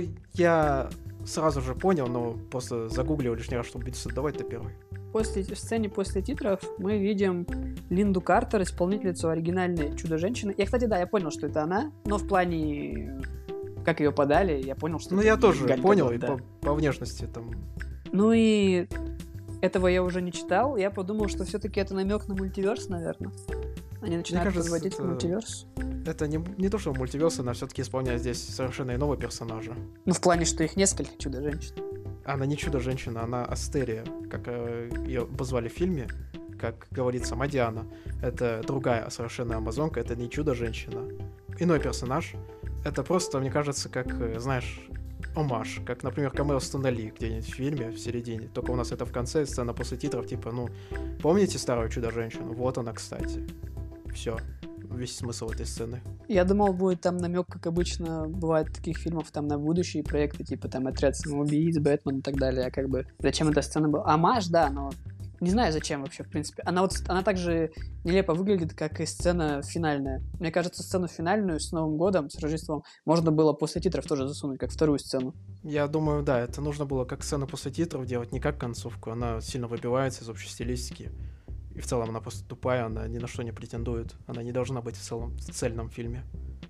я сразу же понял, но просто загуглил лишний раз, чтобы убедиться. Давай-то первый. В сцене после титров мы видим Линду Картер, исполнительницу оригинальной Чудо-женщины. Я, кстати, я понял, что это она, но в плане, как ее подали, я понял, что ну, это я тоже Галь понял, Гадот, и да. по внешности там... Ну и этого я уже не читал. Я подумал, что все-таки это намек на мультиверс, наверное. Они начинают подводить к мультиверсу. Это не то, что мультиверс, она все-таки исполняет здесь совершенно иного персонажа. Ну, в плане, что их несколько Чудо-женщин. Она не Чудо-женщина, она Астерия, как ее обозвали в фильме. Как говорит сама Диана, это другая совершенно амазонка, это не Чудо-женщина. Иной персонаж. Это просто, мне кажется, как, знаешь, омаж, как, например, камео Стэна Ли где-нибудь в фильме в середине. Только у нас это в конце, сцена после титров, типа, ну, помните старую Чудо-женщину? Вот она, кстати. Все. Весь смысл этой сцены. Я думал, будет там намек, как обычно бывает в таких фильмах, там на будущие проекты, типа там «Отряд самоубийц», «Бэтмен» и так далее. А как бы зачем эта сцена была? Омаж, да, но не знаю, зачем вообще, в принципе. Она так же нелепо выглядит, как и сцена финальная. Мне кажется, сцену финальную с Новым годом, с Рождеством, можно было после титров тоже засунуть, как вторую сцену. Я думаю, да, это нужно было как сцену после титров делать, не как концовку. Она сильно выбивается из общей стилистики. И в целом она просто тупая, она ни на что не претендует. Она не должна быть в цельном фильме.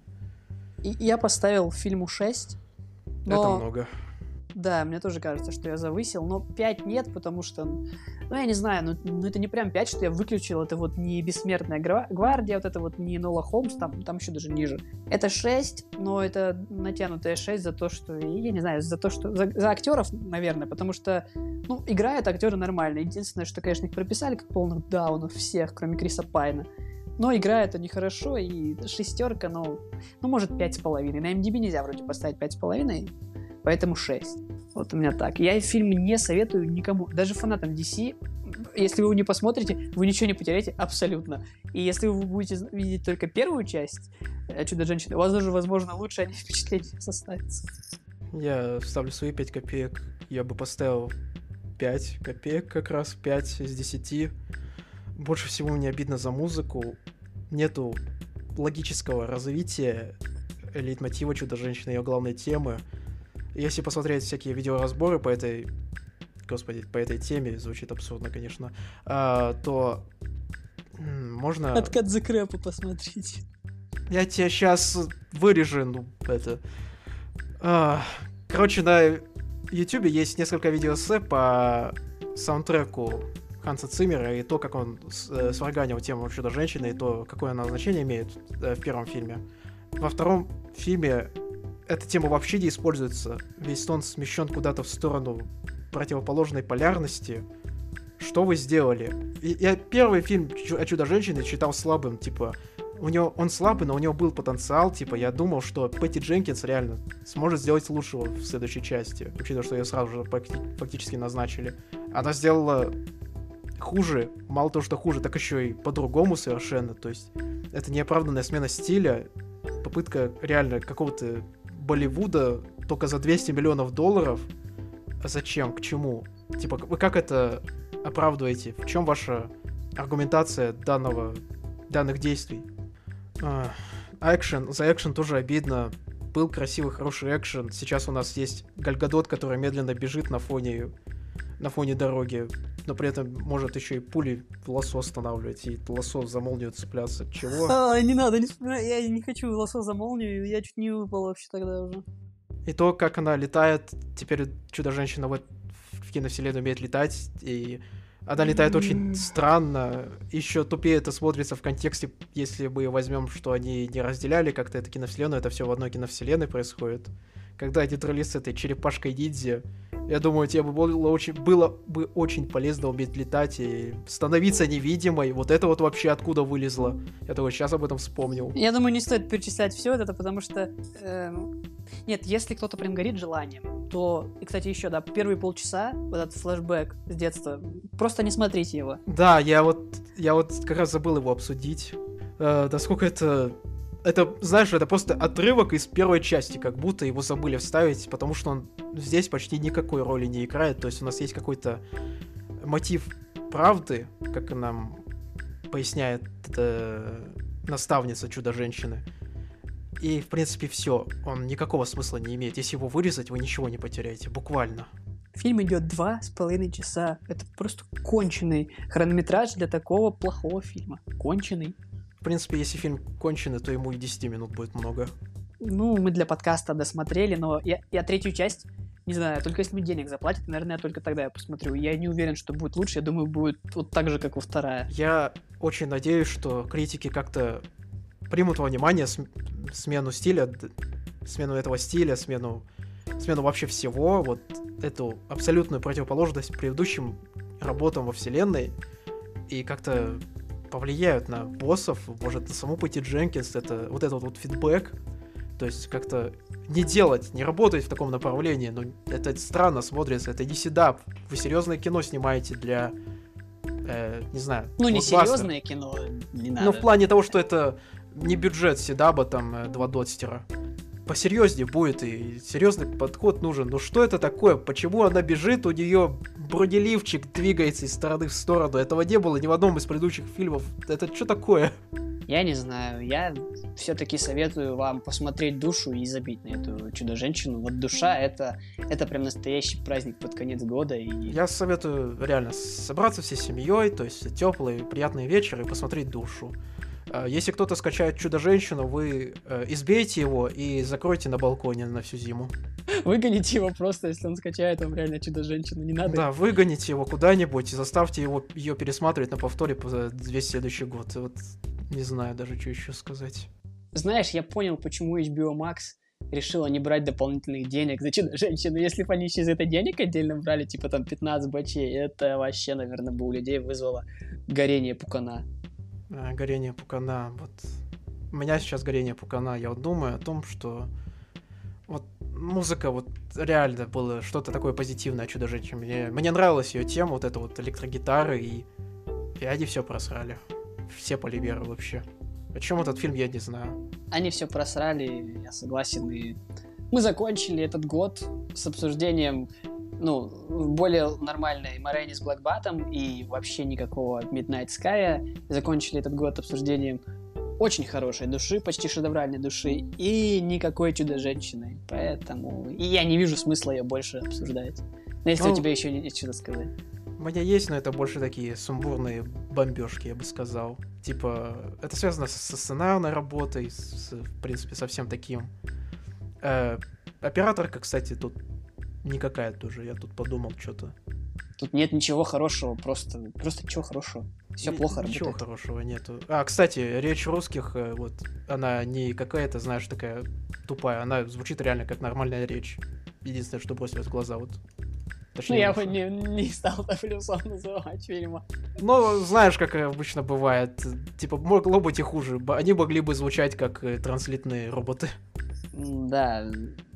И я поставил фильму 6. Но... Это много. Да, мне тоже кажется, что я завысил, но 5 нет, потому что, ну, я не знаю, ну это не прям 5, что я выключил, это вот не «Бессмертная гвардия», вот это вот не «Нола Холмс», там еще даже ниже. Это 6, но это натянутая 6 за то, что, я не знаю, за актеров, наверное, потому что, ну, играют актеры нормально. Единственное, что, конечно, их прописали как полных даунов всех, кроме Криса Пайна. Но играют они хорошо, и 6, ну, может, 5,5. На MDB нельзя вроде поставить 5,5, поэтому 6. Вот у меня так. Я фильм не советую никому, даже фанатам DC. Если вы его не посмотрите, вы ничего не потеряете абсолютно. И если вы будете видеть только первую часть «Чудо-женщины», у вас даже, возможно, лучше они впечатление составится. Я ставлю свои 5 копеек. Я бы поставил 5 копеек как раз, 5 из 10. Больше всего мне обидно за музыку. Нету логического развития лейтмотива Чудо-женщины, ее главной темы. Если посмотреть всякие видеоразборы по этой теме, звучит абсурдно, конечно, то можно... Откат за крэпа посмотрите. Я тебя сейчас вырежу, Короче, на YouTube есть несколько видеоэссе по саундтреку Ханса Циммера и то, как он сварганил тему Чудо-женщины, и то, какое она значение имеет в первом фильме. Во втором фильме эта тема вообще не используется. Весь тон смещен куда-то в сторону противоположной полярности. Что вы сделали? Я первый фильм о Чудо-женщине считал слабым, типа, он слабый, но у него был потенциал, типа, я думал, что Пэтти Дженкинс реально сможет сделать лучшего в следующей части, учитывая, что ее сразу же фактически назначили. Она сделала хуже, мало того, что хуже, так еще и по-другому совершенно, то есть это неоправданная смена стиля, попытка реально какого-то Болливуда только за $200 миллионов. А зачем? К чему? Типа, вы как это оправдываете? В чем ваша аргументация данных действий? Экшен. За экшен тоже обидно. Был красивый, хороший экшен. Сейчас у нас есть Галь Гадот, которая медленно бежит на фоне дороги, но при этом может еще и пули в лассо останавливать, и лассо за молнию цепляться. Чего? Не надо, не вспоминай, я не хочу лассо за молнию, я чуть не выпал вообще тогда уже. И то, как она летает, теперь Чудо-женщина в киновселенной умеет летать, и она летает очень странно. Еще тупее это смотрится в контексте, если мы возьмем, что они не разделяли как-то эту киновселенную, это все в одной киновселенной происходит. когда они дрались с этой черепашкой-ниндзя. Я думаю, тебе было бы очень полезно уметь летать и становиться невидимой. Вот это вот вообще откуда вылезло? Я только сейчас об этом вспомнил. Я думаю, не стоит перечислять все это, потому что... Нет, если кто-то прям горит желанием, то... И, кстати, еще, да, первые полчаса, вот этот флешбэк с детства, просто не смотрите его. Да, я вот как раз забыл его обсудить. Насколько это, знаешь, это просто отрывок из первой части, как будто его забыли вставить, потому что он здесь почти никакой роли не играет. То есть у нас есть какой-то мотив правды, как нам поясняет наставница Чудо-женщины. И, в принципе, все. Он никакого смысла не имеет. Если его вырезать, вы ничего не потеряете. Буквально. Фильм идет 2,5 часа. Это просто конченый хронометраж для такого плохого фильма. Конченый. В принципе, если фильм конченый, то ему и 10 минут будет много. Ну, мы для подкаста досмотрели, но я третью часть, не знаю, только если мне денег заплатят, наверное, только тогда я посмотрю. Я не уверен, что будет лучше, я думаю, будет вот так же, как и вторая. Я очень надеюсь, что критики как-то примут во внимание смену стиля, смену этого стиля, смену вообще всего, вот эту абсолютную противоположность предыдущим работам во вселенной, и как-то повлияют на боссов, может, на саму Пэтти Дженкинс, вот этот вот фидбэк, то есть как-то не работать в таком направлении, но это странно смотрится, это не седап, вы серьезное кино снимаете для, не знаю, ну не серьезное кино, не надо. Ну, в плане того, что это не бюджет седаба, там, 2 дотстера. Посерьезнее будет, и серьезный подход нужен. Ну что это такое? Почему она бежит, у нее бронеливчик двигается из стороны в сторону? Этого не было ни в одном из предыдущих фильмов. Это что такое? Я не знаю. Я все-таки советую вам посмотреть «Душу» и забить на эту Чудо-женщину. Вот «Душа» — это прям настоящий праздник под конец года. И... Я советую реально собраться всей семьей, то есть теплый, приятный вечер и посмотреть «Душу». Если кто-то скачает Чудо-женщину, вы избейте его и закройте на балконе на всю зиму. Выгоните его просто, если он скачает вам реально Чудо-женщину, не надо. Да, выгоните его куда-нибудь и заставьте ее пересматривать на повторе весь следующий год. Вот не знаю даже, что еще сказать. Знаешь, я понял, почему HBO Max решила не брать дополнительных денег за Чудо-женщину. Если бы они еще за это денег отдельно брали, типа там 15 бачей, это вообще, наверное, бы у людей вызвало горение пукана. Горение пукана. Вот. У меня сейчас горение пукана. Я вот думаю о том, что вот музыка, вот реально было что-то такое позитивное Чудо-женщине. Мне нравилась ее тема, вот эта вот электрогитара, и они все просрали. Все поливеры вообще. О чем этот фильм, я не знаю. Они все просрали, я согласен. И мы закончили этот год с обсуждением более нормальной Морейни с Блэкбаттом и вообще никакого Midnight Sky. Закончили этот год обсуждением очень хорошей души, почти шедевральной души, и никакой Чудо-женщины. Поэтому... И я не вижу смысла ее больше обсуждать. Но если у тебя еще есть что-то сказать. У меня есть, но это больше такие сумбурные бомбежки, я бы сказал. Типа, это связано со сценарной работой, в принципе, со всем таким. Операторка, кстати, тут никакая тоже, я тут подумал что-то. Тут нет ничего хорошего, просто ничего хорошего. Все плохо работает. Ничего хорошего нету. Кстати, речь русских, вот, она не какая-то, знаешь, такая тупая, она звучит реально как нормальная речь. Единственное, что бросилось в глаза, вот. Точнее, я бы не стал плюсом называть фильма. Ну, знаешь, как обычно бывает. Типа, могло быть и хуже. Они могли бы звучать как транслитные роботы. Да.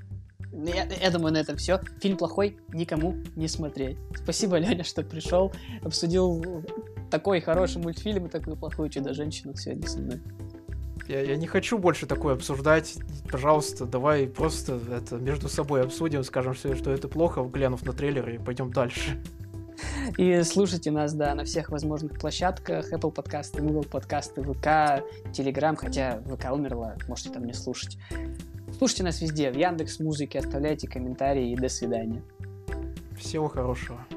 Я думаю, на этом все. Фильм плохой, никому не смотреть. Спасибо, Леня, что пришел, обсудил такой хороший мультфильм и такую плохую Чудо-женщину сегодня со мной. Я не хочу больше такое обсуждать. Пожалуйста, давай просто это между собой обсудим, скажем, что это плохо, глянув на трейлер, и пойдем дальше. И слушайте нас, да, на всех возможных площадках: Apple подкасты, Google подкасты, ВК, Telegram, хотя ВК умерла, можете там не слушать. Слушайте нас везде, в Яндекс.Музыке, оставляйте комментарии и до свидания. Всего хорошего.